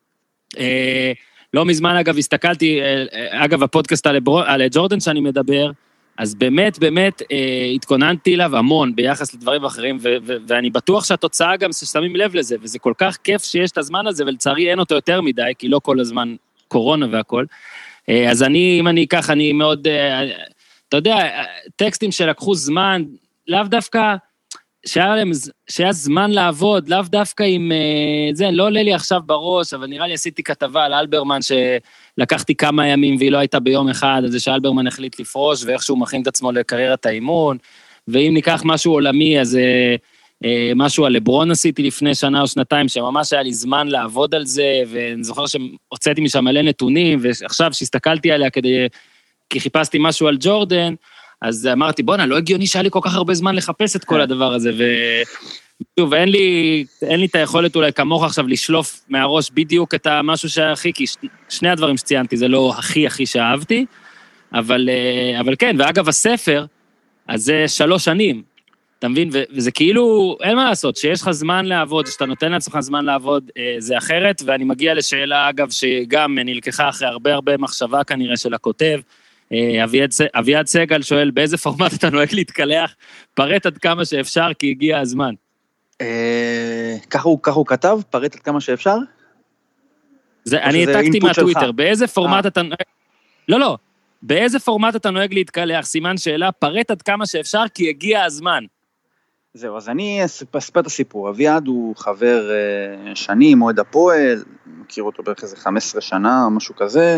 לא מזמן, אגב, הסתכלתי, אגב, הפודקאסט על ג'ורדן שאני מדבר, אז באמת, באמת, אה, התכוננתי אליו המון ביחס לדברים אחרים, ו- ו- ואני בטוח שהתוצאה גם ששמים לב לזה, וזה כל כך כיף שיש את הזמן הזה, ולצערי אין אותו יותר מדי, כי לא כל הזמן קורונה והכל. אה, אז אני, אם אני אקח, אני מאוד, אה, אתה יודע, טקסטים שלקחו זמן, לאו דווקא, שהיה, להם, שהיה זמן לעבוד, לאו דווקא עם, אה, זה לא עולה לי עכשיו בראש, אבל נראה לי עשיתי כתבה על אלברמן, שלקחתי כמה ימים והיא לא הייתה ביום אחד, אז זה שאלברמן החליט לפרוש, ואיכשהו מכין את עצמו לקריירת האימון, ואם ניקח משהו עולמי, אז אה, אה, משהו על לברון עשיתי לפני שנה או שנתיים, שממש היה לי זמן לעבוד על זה, ואני זוכר שהוצאתי משם מלא נתונים, ועכשיו שהסתכלתי עליה כדי, כי חיפשתי משהו על ג'ורדן, אז אמרתי, בוא'נה, לא הגיוני שהיה לי כל כך הרבה זמן לחפש את כל הדבר הזה, ושוב, אין לי, אין לי את היכולת אולי כמוך עכשיו לשלוף מהראש בדיוק את המשהו שהכי, כי שני הדברים שציינתי זה לא הכי הכי שאהבתי, אבל, אבל כן, ואגב הספר, אז זה שלוש שנים, אתה מבין? וזה כאילו, אין מה לעשות, שיש לך זמן לעבוד, שאתה נותן לעצמך זמן לעבוד, זה אחרת, ואני מגיע לשאלה, אגב, שגם נלקחה אחרי הרבה הרבה מחשבה כנראה של הכותב, אביעד סגל שואל, באיזה פורמט אתה נוהג להתקלח? פרט עד כמה שאפשר, כי הגיע הזמן. ככה הוא כתב, פרט עד כמה שאפשר? אני העתקתי מהטוויטר, באיזה פורמט אתה נוהג... לא, לא, באיזה פורמט אתה נוהג להתקלח? סימן שאלה, פרט עד כמה שאפשר, כי הגיע הזמן. זהו, אז אני אספר את הסיפור. אביעד הוא חבר שנים, מועד הפועל, מכיר אותו בערך איזה חמש עשרה שנה, משהו כזה,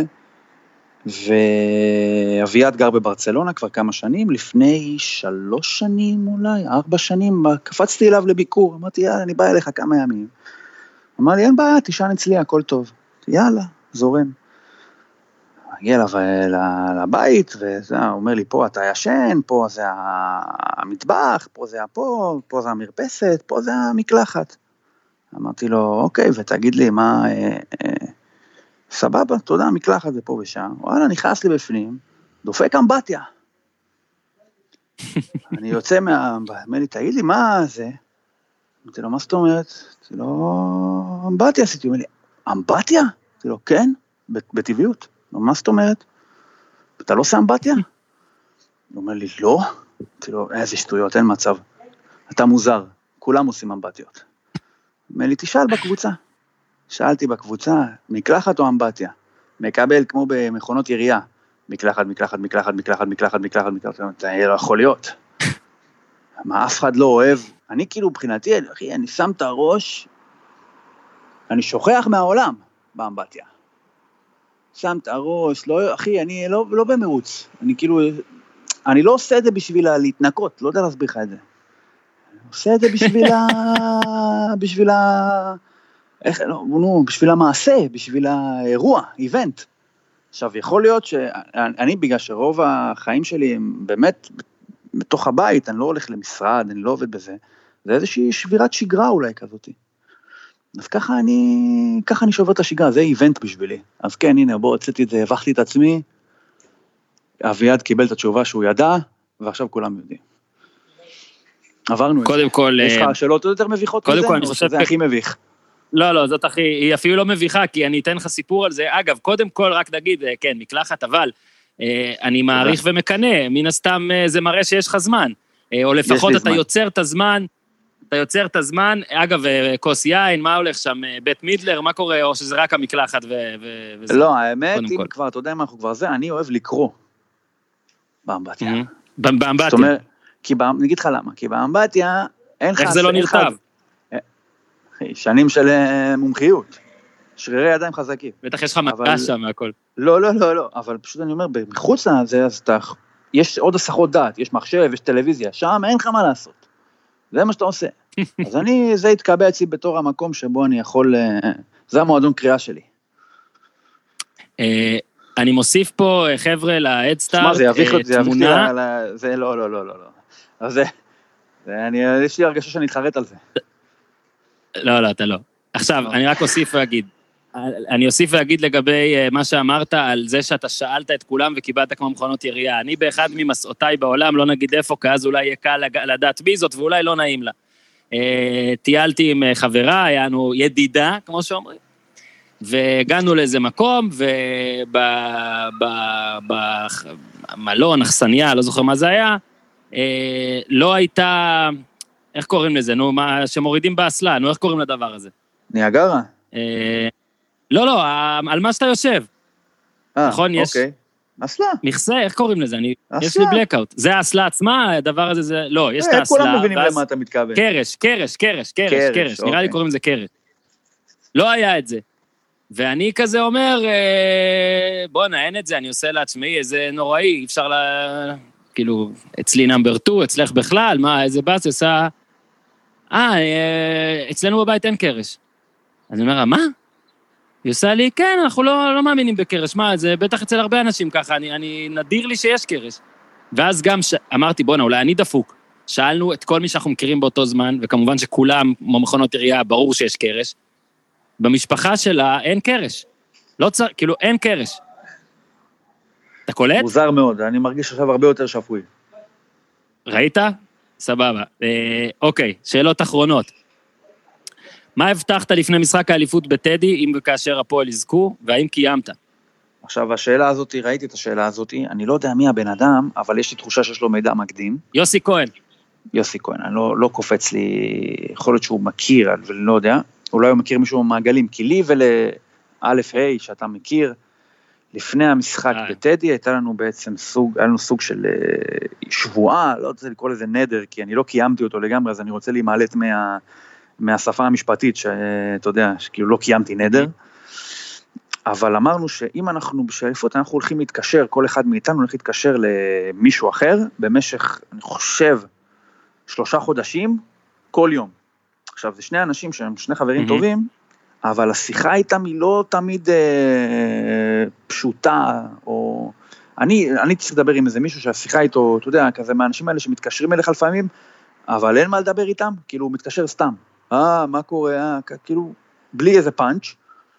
ואביעד גר בברצלונה כבר כמה שנים, לפני שלוש שנים אולי, ארבע שנים, קפצתי אליו לביקור, אמרתי, יאללה, אני בא אליך כמה ימים. אמר לי, אין בעיה, תשען אצלי, הכל טוב. יאללה, זורם. הגיע אליו לבית, והוא אומר לי, פה אתה ישן, פה זה המטבח, פה זה הפה, פה זה המרפסת, פה זה המקלחת. אמרתי לו, אוקיי, ותגיד לי, מה... סבבה, תודה, מקלחת זה פה ושם, וואלה, נכנס לי בפנים, דופק אמבטיה. אני יוצא מה... אומר לי, תגיד לי, מה זה? אמרתי לו, מה זאת אומרת? אמרתי לו, אמבטיה עשיתי. הוא אומר לי, אמבטיה? אמרתי לו, כן, בטבעיות. מה זאת אומרת? אתה לא עושה אמבטיה? הוא אומר לי, לא. אמרתי לו, איזה שטויות, אין מצב. אתה מוזר, כולם עושים אמבטיות. מלי, תשאל בקבוצה. שאלתי בקבוצה, מקלחת או אמבטיה? מקבל כמו במכונות ירייה, מקלחת, מקלחת, מקלחת, מקלחת, מקלחת, מקלחת, מקלחת, זה לא יכול להיות. מה, אף אחד לא אוהב? אני כאילו מבחינתי, אחי, אני שם את הראש, אני שוכח מהעולם באמבטיה. שם את הראש, לא, אחי, אני לא, לא במרוץ, אני כאילו, אני לא עושה את זה בשביל להתנקות, לא יודע להסביר לך את זה. אני עושה את זה בשביל ה... בשביל ה... איך, לא, נו, בשביל המעשה, בשביל האירוע, איבנט. עכשיו, יכול להיות שאני, בגלל שרוב החיים שלי הם באמת בתוך הבית, אני לא הולך למשרד, אני לא עובד בזה, זה איזושהי שבירת שגרה אולי כזאת. אז ככה אני, ככה אני שובר את השגרה, זה איבנט בשבילי. אז כן, הנה, בוא, הוצאתי את זה, הבחתי את עצמי, אביעד קיבל את התשובה שהוא ידע, ועכשיו כולם יודעים. עברנו את זה. קודם כל... יש לך שאלות יותר מביכות קודם כל, אני חושב... זה הכי מביך. לא, לא, זאת הכי, היא אפילו לא מביכה, כי אני אתן לך סיפור על זה. אגב, קודם כל, רק נגיד, כן, מקלחת, אבל אה, אני מעריך ומקנה, מן הסתם אה, זה מראה שיש לך זמן, אה, או לפחות אתה זמן. יוצר את הזמן, אתה יוצר את הזמן, אגב, אה, כוס יין, מה הולך שם, אה, בית מידלר, מה קורה, או שזה רק המקלחת ו- ו- וזה? לא, האמת, אם כל. כבר, אתה יודע מה אנחנו כבר זה, אני אוהב לקרוא באמבטיה. Mm-hmm. באמבטיה. זאת אומרת, כי בא, נגיד לך למה, כי באמבטיה, אין לך... איך זה לא נרטב? שנים של מומחיות, שרירי ידיים חזקים. בטח יש לך מגע שם מהכל. לא, לא, לא, לא, אבל פשוט אני אומר, מחוץ לזה, אז אתה, יש עוד הסחות דעת, יש מחשב, יש טלוויזיה, שם אין לך מה לעשות. זה מה שאתה עושה. אז אני, זה התקבע אצלי בתור המקום שבו אני יכול, זה המועדון קריאה שלי. אני מוסיף פה, חבר'ה, להדסטארט, תמונה. זה יביך אותי, זה לא, לא, לא, לא. אז זה, יש לי הרגשה שאני אתחרט על זה. לא, לא, אתה לא. עכשיו, אני רק אוסיף ואגיד, אני אוסיף ואגיד לגבי מה שאמרת על זה שאתה שאלת את כולם וקיבלת כמו מכונות ירייה. אני באחד ממסעותיי בעולם, לא נגיד איפה, כי אז אולי יהיה קל לדעת מי זאת, ואולי לא נעים לה. טיילתי עם חברה, היה לנו ידידה, כמו שאומרים, והגענו לאיזה מקום, ובמלון, אכסניה, לא זוכר מה זה היה, לא הייתה... איך קוראים לזה? נו, מה, שמורידים באסלה, נו, איך קוראים לדבר הזה? ניאגרה? אה, לא, לא, על מה שאתה יושב. אה, נכון, יש... אוקיי. אסלה. מכסה, איך קוראים לזה? אני, אסלה. יש לי בלקאוט. זה האסלה עצמה, הדבר הזה זה... לא, יש את האסלה. כולם מבינים למה אתה מתכוון. קרש, קרש, קרש, קרש, קרש. נראה לי קוראים לזה קרש. לא היה את זה. ואני כזה אומר, בוא נעין את זה, אני עושה לעצמי, איזה נוראי, אפשר לה... כאילו, אצלי נאמבר טו, אצלך בכלל, מה, איזה בס, עושה... אה, אצלנו בבית אין קרש. אני אומר, מה? היא עושה לי, כן, אנחנו לא, לא מאמינים בקרש, מה, זה בטח אצל הרבה אנשים ככה, אני, אני נדיר לי שיש קרש. ואז גם ש... אמרתי, בוא, אולי אני דפוק. שאלנו את כל מי שאנחנו מכירים באותו זמן, וכמובן שכולם, כמו מכונות עירייה, ברור שיש קרש. במשפחה שלה אין קרש. לא צר... כאילו, אין קרש. אתה קולט? מוזר מאוד, אני מרגיש עכשיו הרבה יותר שפוי. ראית? סבבה. אה, אוקיי, שאלות אחרונות. מה הבטחת לפני משחק האליפות בטדי, אם וכאשר הפועל יזכו, והאם קיימת? עכשיו, השאלה הזאת, ראיתי את השאלה הזאת, אני לא יודע מי הבן אדם, אבל יש לי תחושה שיש לו מידע מקדים. יוסי כהן. יוסי כהן, אני לא, לא קופץ לי, יכול להיות שהוא מכיר, אבל לא יודע, אולי הוא מכיר מישהו במעגלים, כי לי ולאלף ה' שאתה מכיר, לפני המשחק בטדי, הייתה לנו בעצם סוג, היה לנו סוג של שבועה, לא רוצה לקרוא לזה נדר, כי אני לא קיימתי אותו לגמרי, אז אני רוצה להימלט מה, מהשפה המשפטית, שאתה יודע, שכאילו לא קיימתי נדר, אבל אמרנו שאם אנחנו בשאליפות, אנחנו הולכים להתקשר, כל אחד מאיתנו הולך להתקשר למישהו אחר, במשך, אני חושב, שלושה חודשים, כל יום. עכשיו, זה שני אנשים שהם שני חברים טובים, אבל השיחה איתם היא לא תמיד אה, פשוטה, או... אני, אני צריך לדבר עם איזה מישהו שהשיחה איתו, אתה יודע, כזה מהאנשים האלה שמתקשרים אליך לפעמים, אבל אין מה לדבר איתם, כאילו הוא מתקשר סתם. אה, מה קורה, אה, כאילו, בלי איזה פאנץ',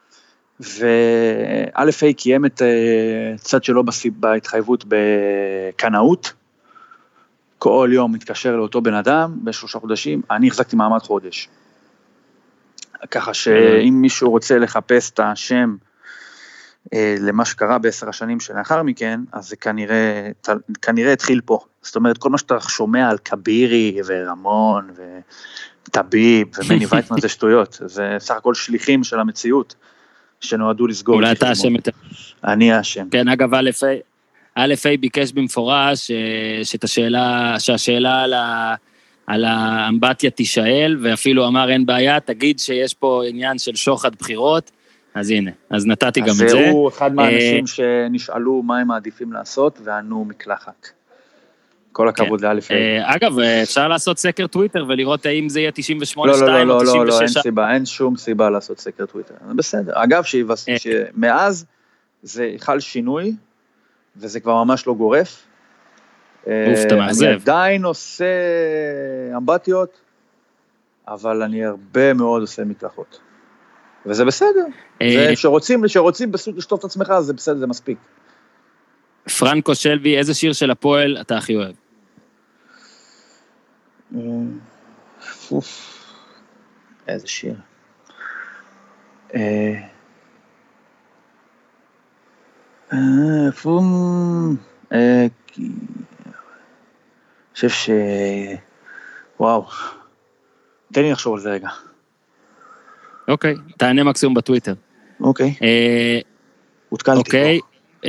וא' ה' קיים את אה, צד שלו בהתחייבות בקנאות, כל יום מתקשר לאותו בן אדם, בשלושה חודשים, אני החזקתי מעמד חודש. ככה שאם מישהו רוצה לחפש את השם למה שקרה בעשר השנים שלאחר מכן, אז זה כנראה, כנראה התחיל פה. זאת אומרת, כל מה שאתה שומע על קבירי ורמון וטביב ומני וייטמן זה שטויות, זה סך הכל שליחים של המציאות, שנועדו לסגור. אולי אתה אשם את... אני האשם. כן, אגב, א' איי ביקש במפורש, שאת השאלה, שהשאלה על ה... על האמבטיה תישאל, ואפילו אמר אין בעיה, תגיד שיש פה עניין של שוחד בחירות, אז הנה, אז נתתי גם את זה. אז הוא אחד מהאנשים שנשאלו מה הם מעדיפים לעשות, וענו מקלחת. כל הכבוד לאלף. אגב, אפשר לעשות סקר טוויטר, ולראות האם זה יהיה תשעים ושמונה שתיים או תשעים ושש. לא, לא, אין סיבה, אין שום סיבה לעשות סקר טוויטר. זה בסדר. אגב, שמאז זה חל שינוי, וזה כבר ממש לא גורף. אוף, אתה מאכזב. אני עדיין עושה אמבטיות, אבל אני הרבה מאוד עושה מקלחות. וזה בסדר. שרוצים, שרוצים לשטוף את עצמך, זה בסדר, זה מספיק. פרנקו שלוי, איזה שיר של הפועל אתה הכי אוהב? איזה שיר. פום... אני חושב ש... וואו. תן לי לחשוב על זה רגע. אוקיי, תענה מקסימום בטוויטר. אוקיי. הותקלתי. אוקיי,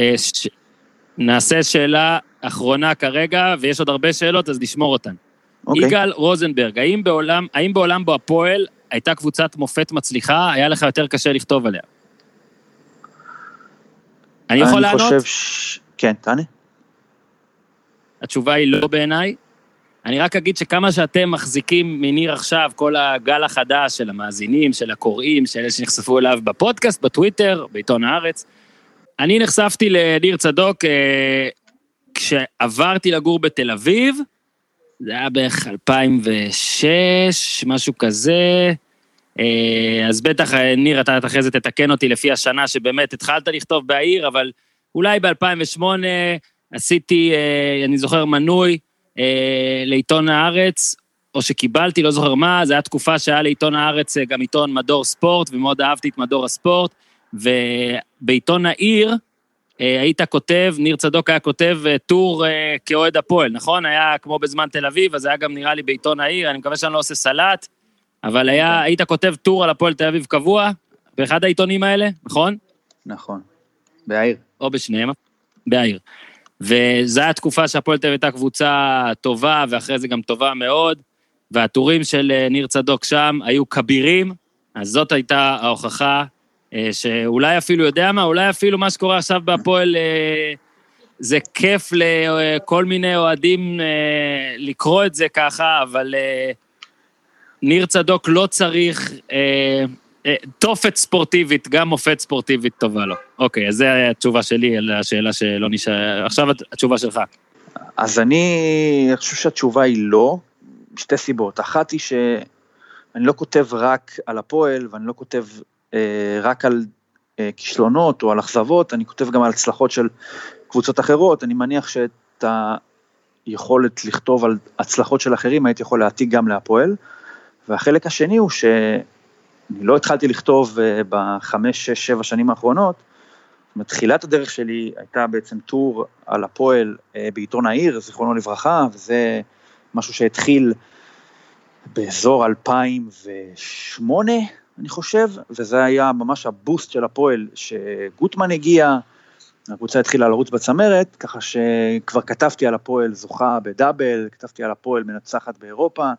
נעשה שאלה אחרונה כרגע, ויש עוד הרבה שאלות, אז נשמור אותן. יגאל רוזנברג, האם בעולם, האם בעולם בו הפועל הייתה קבוצת מופת מצליחה, היה לך יותר קשה לכתוב עליה? אני יכול לענות? אני חושב ש... כן, תענה. התשובה היא לא בעיניי. אני רק אגיד שכמה שאתם מחזיקים מניר עכשיו, כל הגל החדש של המאזינים, של הקוראים, של אלה שנחשפו אליו בפודקאסט, בטוויטר, בעיתון הארץ, אני נחשפתי לניר צדוק אה, כשעברתי לגור בתל אביב, זה היה בערך אלפיים ושש, משהו כזה, אה, אז בטח ניר, אתה אחרי זה תתקן אותי לפי השנה שבאמת התחלת לכתוב בעיר, אבל אולי ב-אלפיים ושמונה עשיתי, אה, אני זוכר מנוי, לעיתון הארץ, או שקיבלתי, לא זוכר מה, זה היה תקופה שהיה לעיתון הארץ גם עיתון מדור ספורט, ומאוד אהבתי את מדור הספורט, ובעיתון העיר, היית כותב, ניר צדוק היה כותב טור כאוהד הפועל, נכון? היה כמו בזמן תל אביב, אז היה גם נראה לי בעיתון העיר, אני מקווה שאני לא עושה סלט, אבל היה, היית כותב טור על הפועל תל אביב קבוע, באחד העיתונים האלה, נכון? נכון, בעיר. או בשניהם, בעיר. וזו התקופה שהפועל תל אביב הייתה קבוצה טובה, ואחרי זה גם טובה מאוד, והטורים של ניר צדוק שם היו כבירים, אז זאת הייתה ההוכחה, שאולי אפילו, יודע מה, אולי אפילו מה שקורה עכשיו בהפועל, זה כיף לכל מיני אוהדים לקרוא את זה ככה, אבל ניר צדוק לא צריך... תופת ספורטיבית, גם מופת ספורטיבית טובה לו. אוקיי, אז זו התשובה שלי על השאלה שלא נשאר. עכשיו התשובה שלך. אז אני חושב שהתשובה היא לא, שתי סיבות. אחת היא שאני לא כותב רק על הפועל, ואני לא כותב אה, רק על אה, כישלונות או על אכזבות, אני כותב גם על הצלחות של קבוצות אחרות. אני מניח שאת היכולת לכתוב על הצלחות של אחרים, הייתי יכול להעתיק גם להפועל. והחלק השני הוא ש... אני לא התחלתי לכתוב בחמש, שש, שבע שנים האחרונות, מתחילת הדרך שלי הייתה בעצם טור על הפועל בעיתון העיר, זיכרונו לברכה, וזה משהו שהתחיל באזור אלפיים ושמונה, אני חושב, וזה היה ממש הבוסט של הפועל, שגוטמן הגיע, הקבוצה התחילה לרוץ בצמרת, ככה שכבר כתבתי על הפועל זוכה בדאבל, כתבתי על הפועל מנצחת באירופה,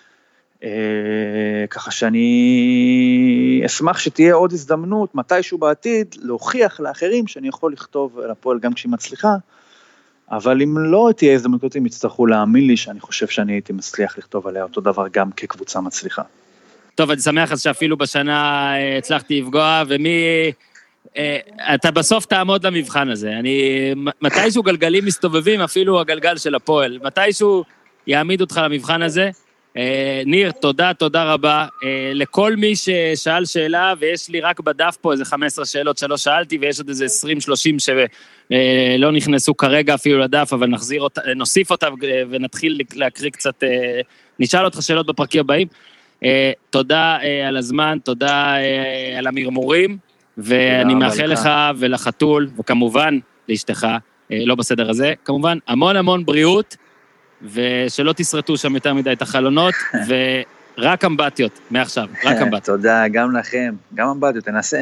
ככה שאני אשמח שתהיה עוד הזדמנות מתישהו בעתיד להוכיח לאחרים שאני יכול לכתוב על הפועל גם כשהיא מצליחה, אבל אם לא תהיה הזדמנות, הם יצטרכו להאמין לי שאני חושב שאני הייתי מצליח לכתוב עליה אותו דבר גם כקבוצה מצליחה. טוב, אני שמח אז שאפילו בשנה הצלחתי לפגוע, ומי... אתה בסוף תעמוד למבחן הזה. אני... מתישהו גלגלים מסתובבים, אפילו הגלגל של הפועל. מתישהו יעמיד אותך למבחן הזה. ניר, תודה, תודה רבה. לכל מי ששאל שאלה, ויש לי רק בדף פה איזה חמש עשרה שאלות שלא שאלתי, ויש עוד איזה עשרים שלושים שלא נכנסו כרגע אפילו לדף, אבל נחזיר אותה, נוסיף אותה ונתחיל להקריא קצת, נשאל אותך שאלות בפרקים הבאים. תודה על הזמן, תודה על המרמורים, ואני מאחל לך ולחתול, וכמובן לאשתך, לא בסדר הזה, כמובן, המון המון בריאות, ושלא תסרטו שם יותר מדי את החלונות, ורק אמבטיות, מעכשיו, רק אמבטיות. תודה, גם לכם, גם אמבטיות, תנסה.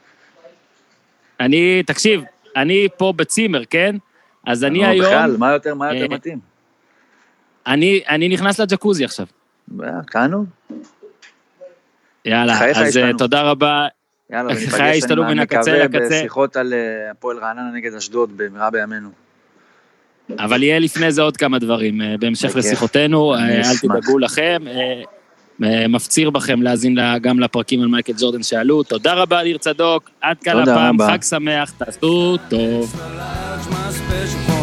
אני, תקשיב, אני פה בצימר, כן? אז אני היום... בכלל, מה יותר, מה יותר מתאים? אני, אני נכנס לג'קוזי עכשיו. כאנו? יאללה, אז תודה רבה. יאללה, וניפגש, אני מקווה בשיחות על הפועל רעננה נגד אשדוד, במהרה בימינו. אבל יהיה לפני זה עוד כמה דברים, בהמשך לשיחותינו, אל תדאגו לכם, מפציר בכם להאזין גם לפרקים על מייקל ג'ורדן שעלו, תודה רבה ניר צדוק, עד כאן הפעם, חג שמח, תעשו טוב.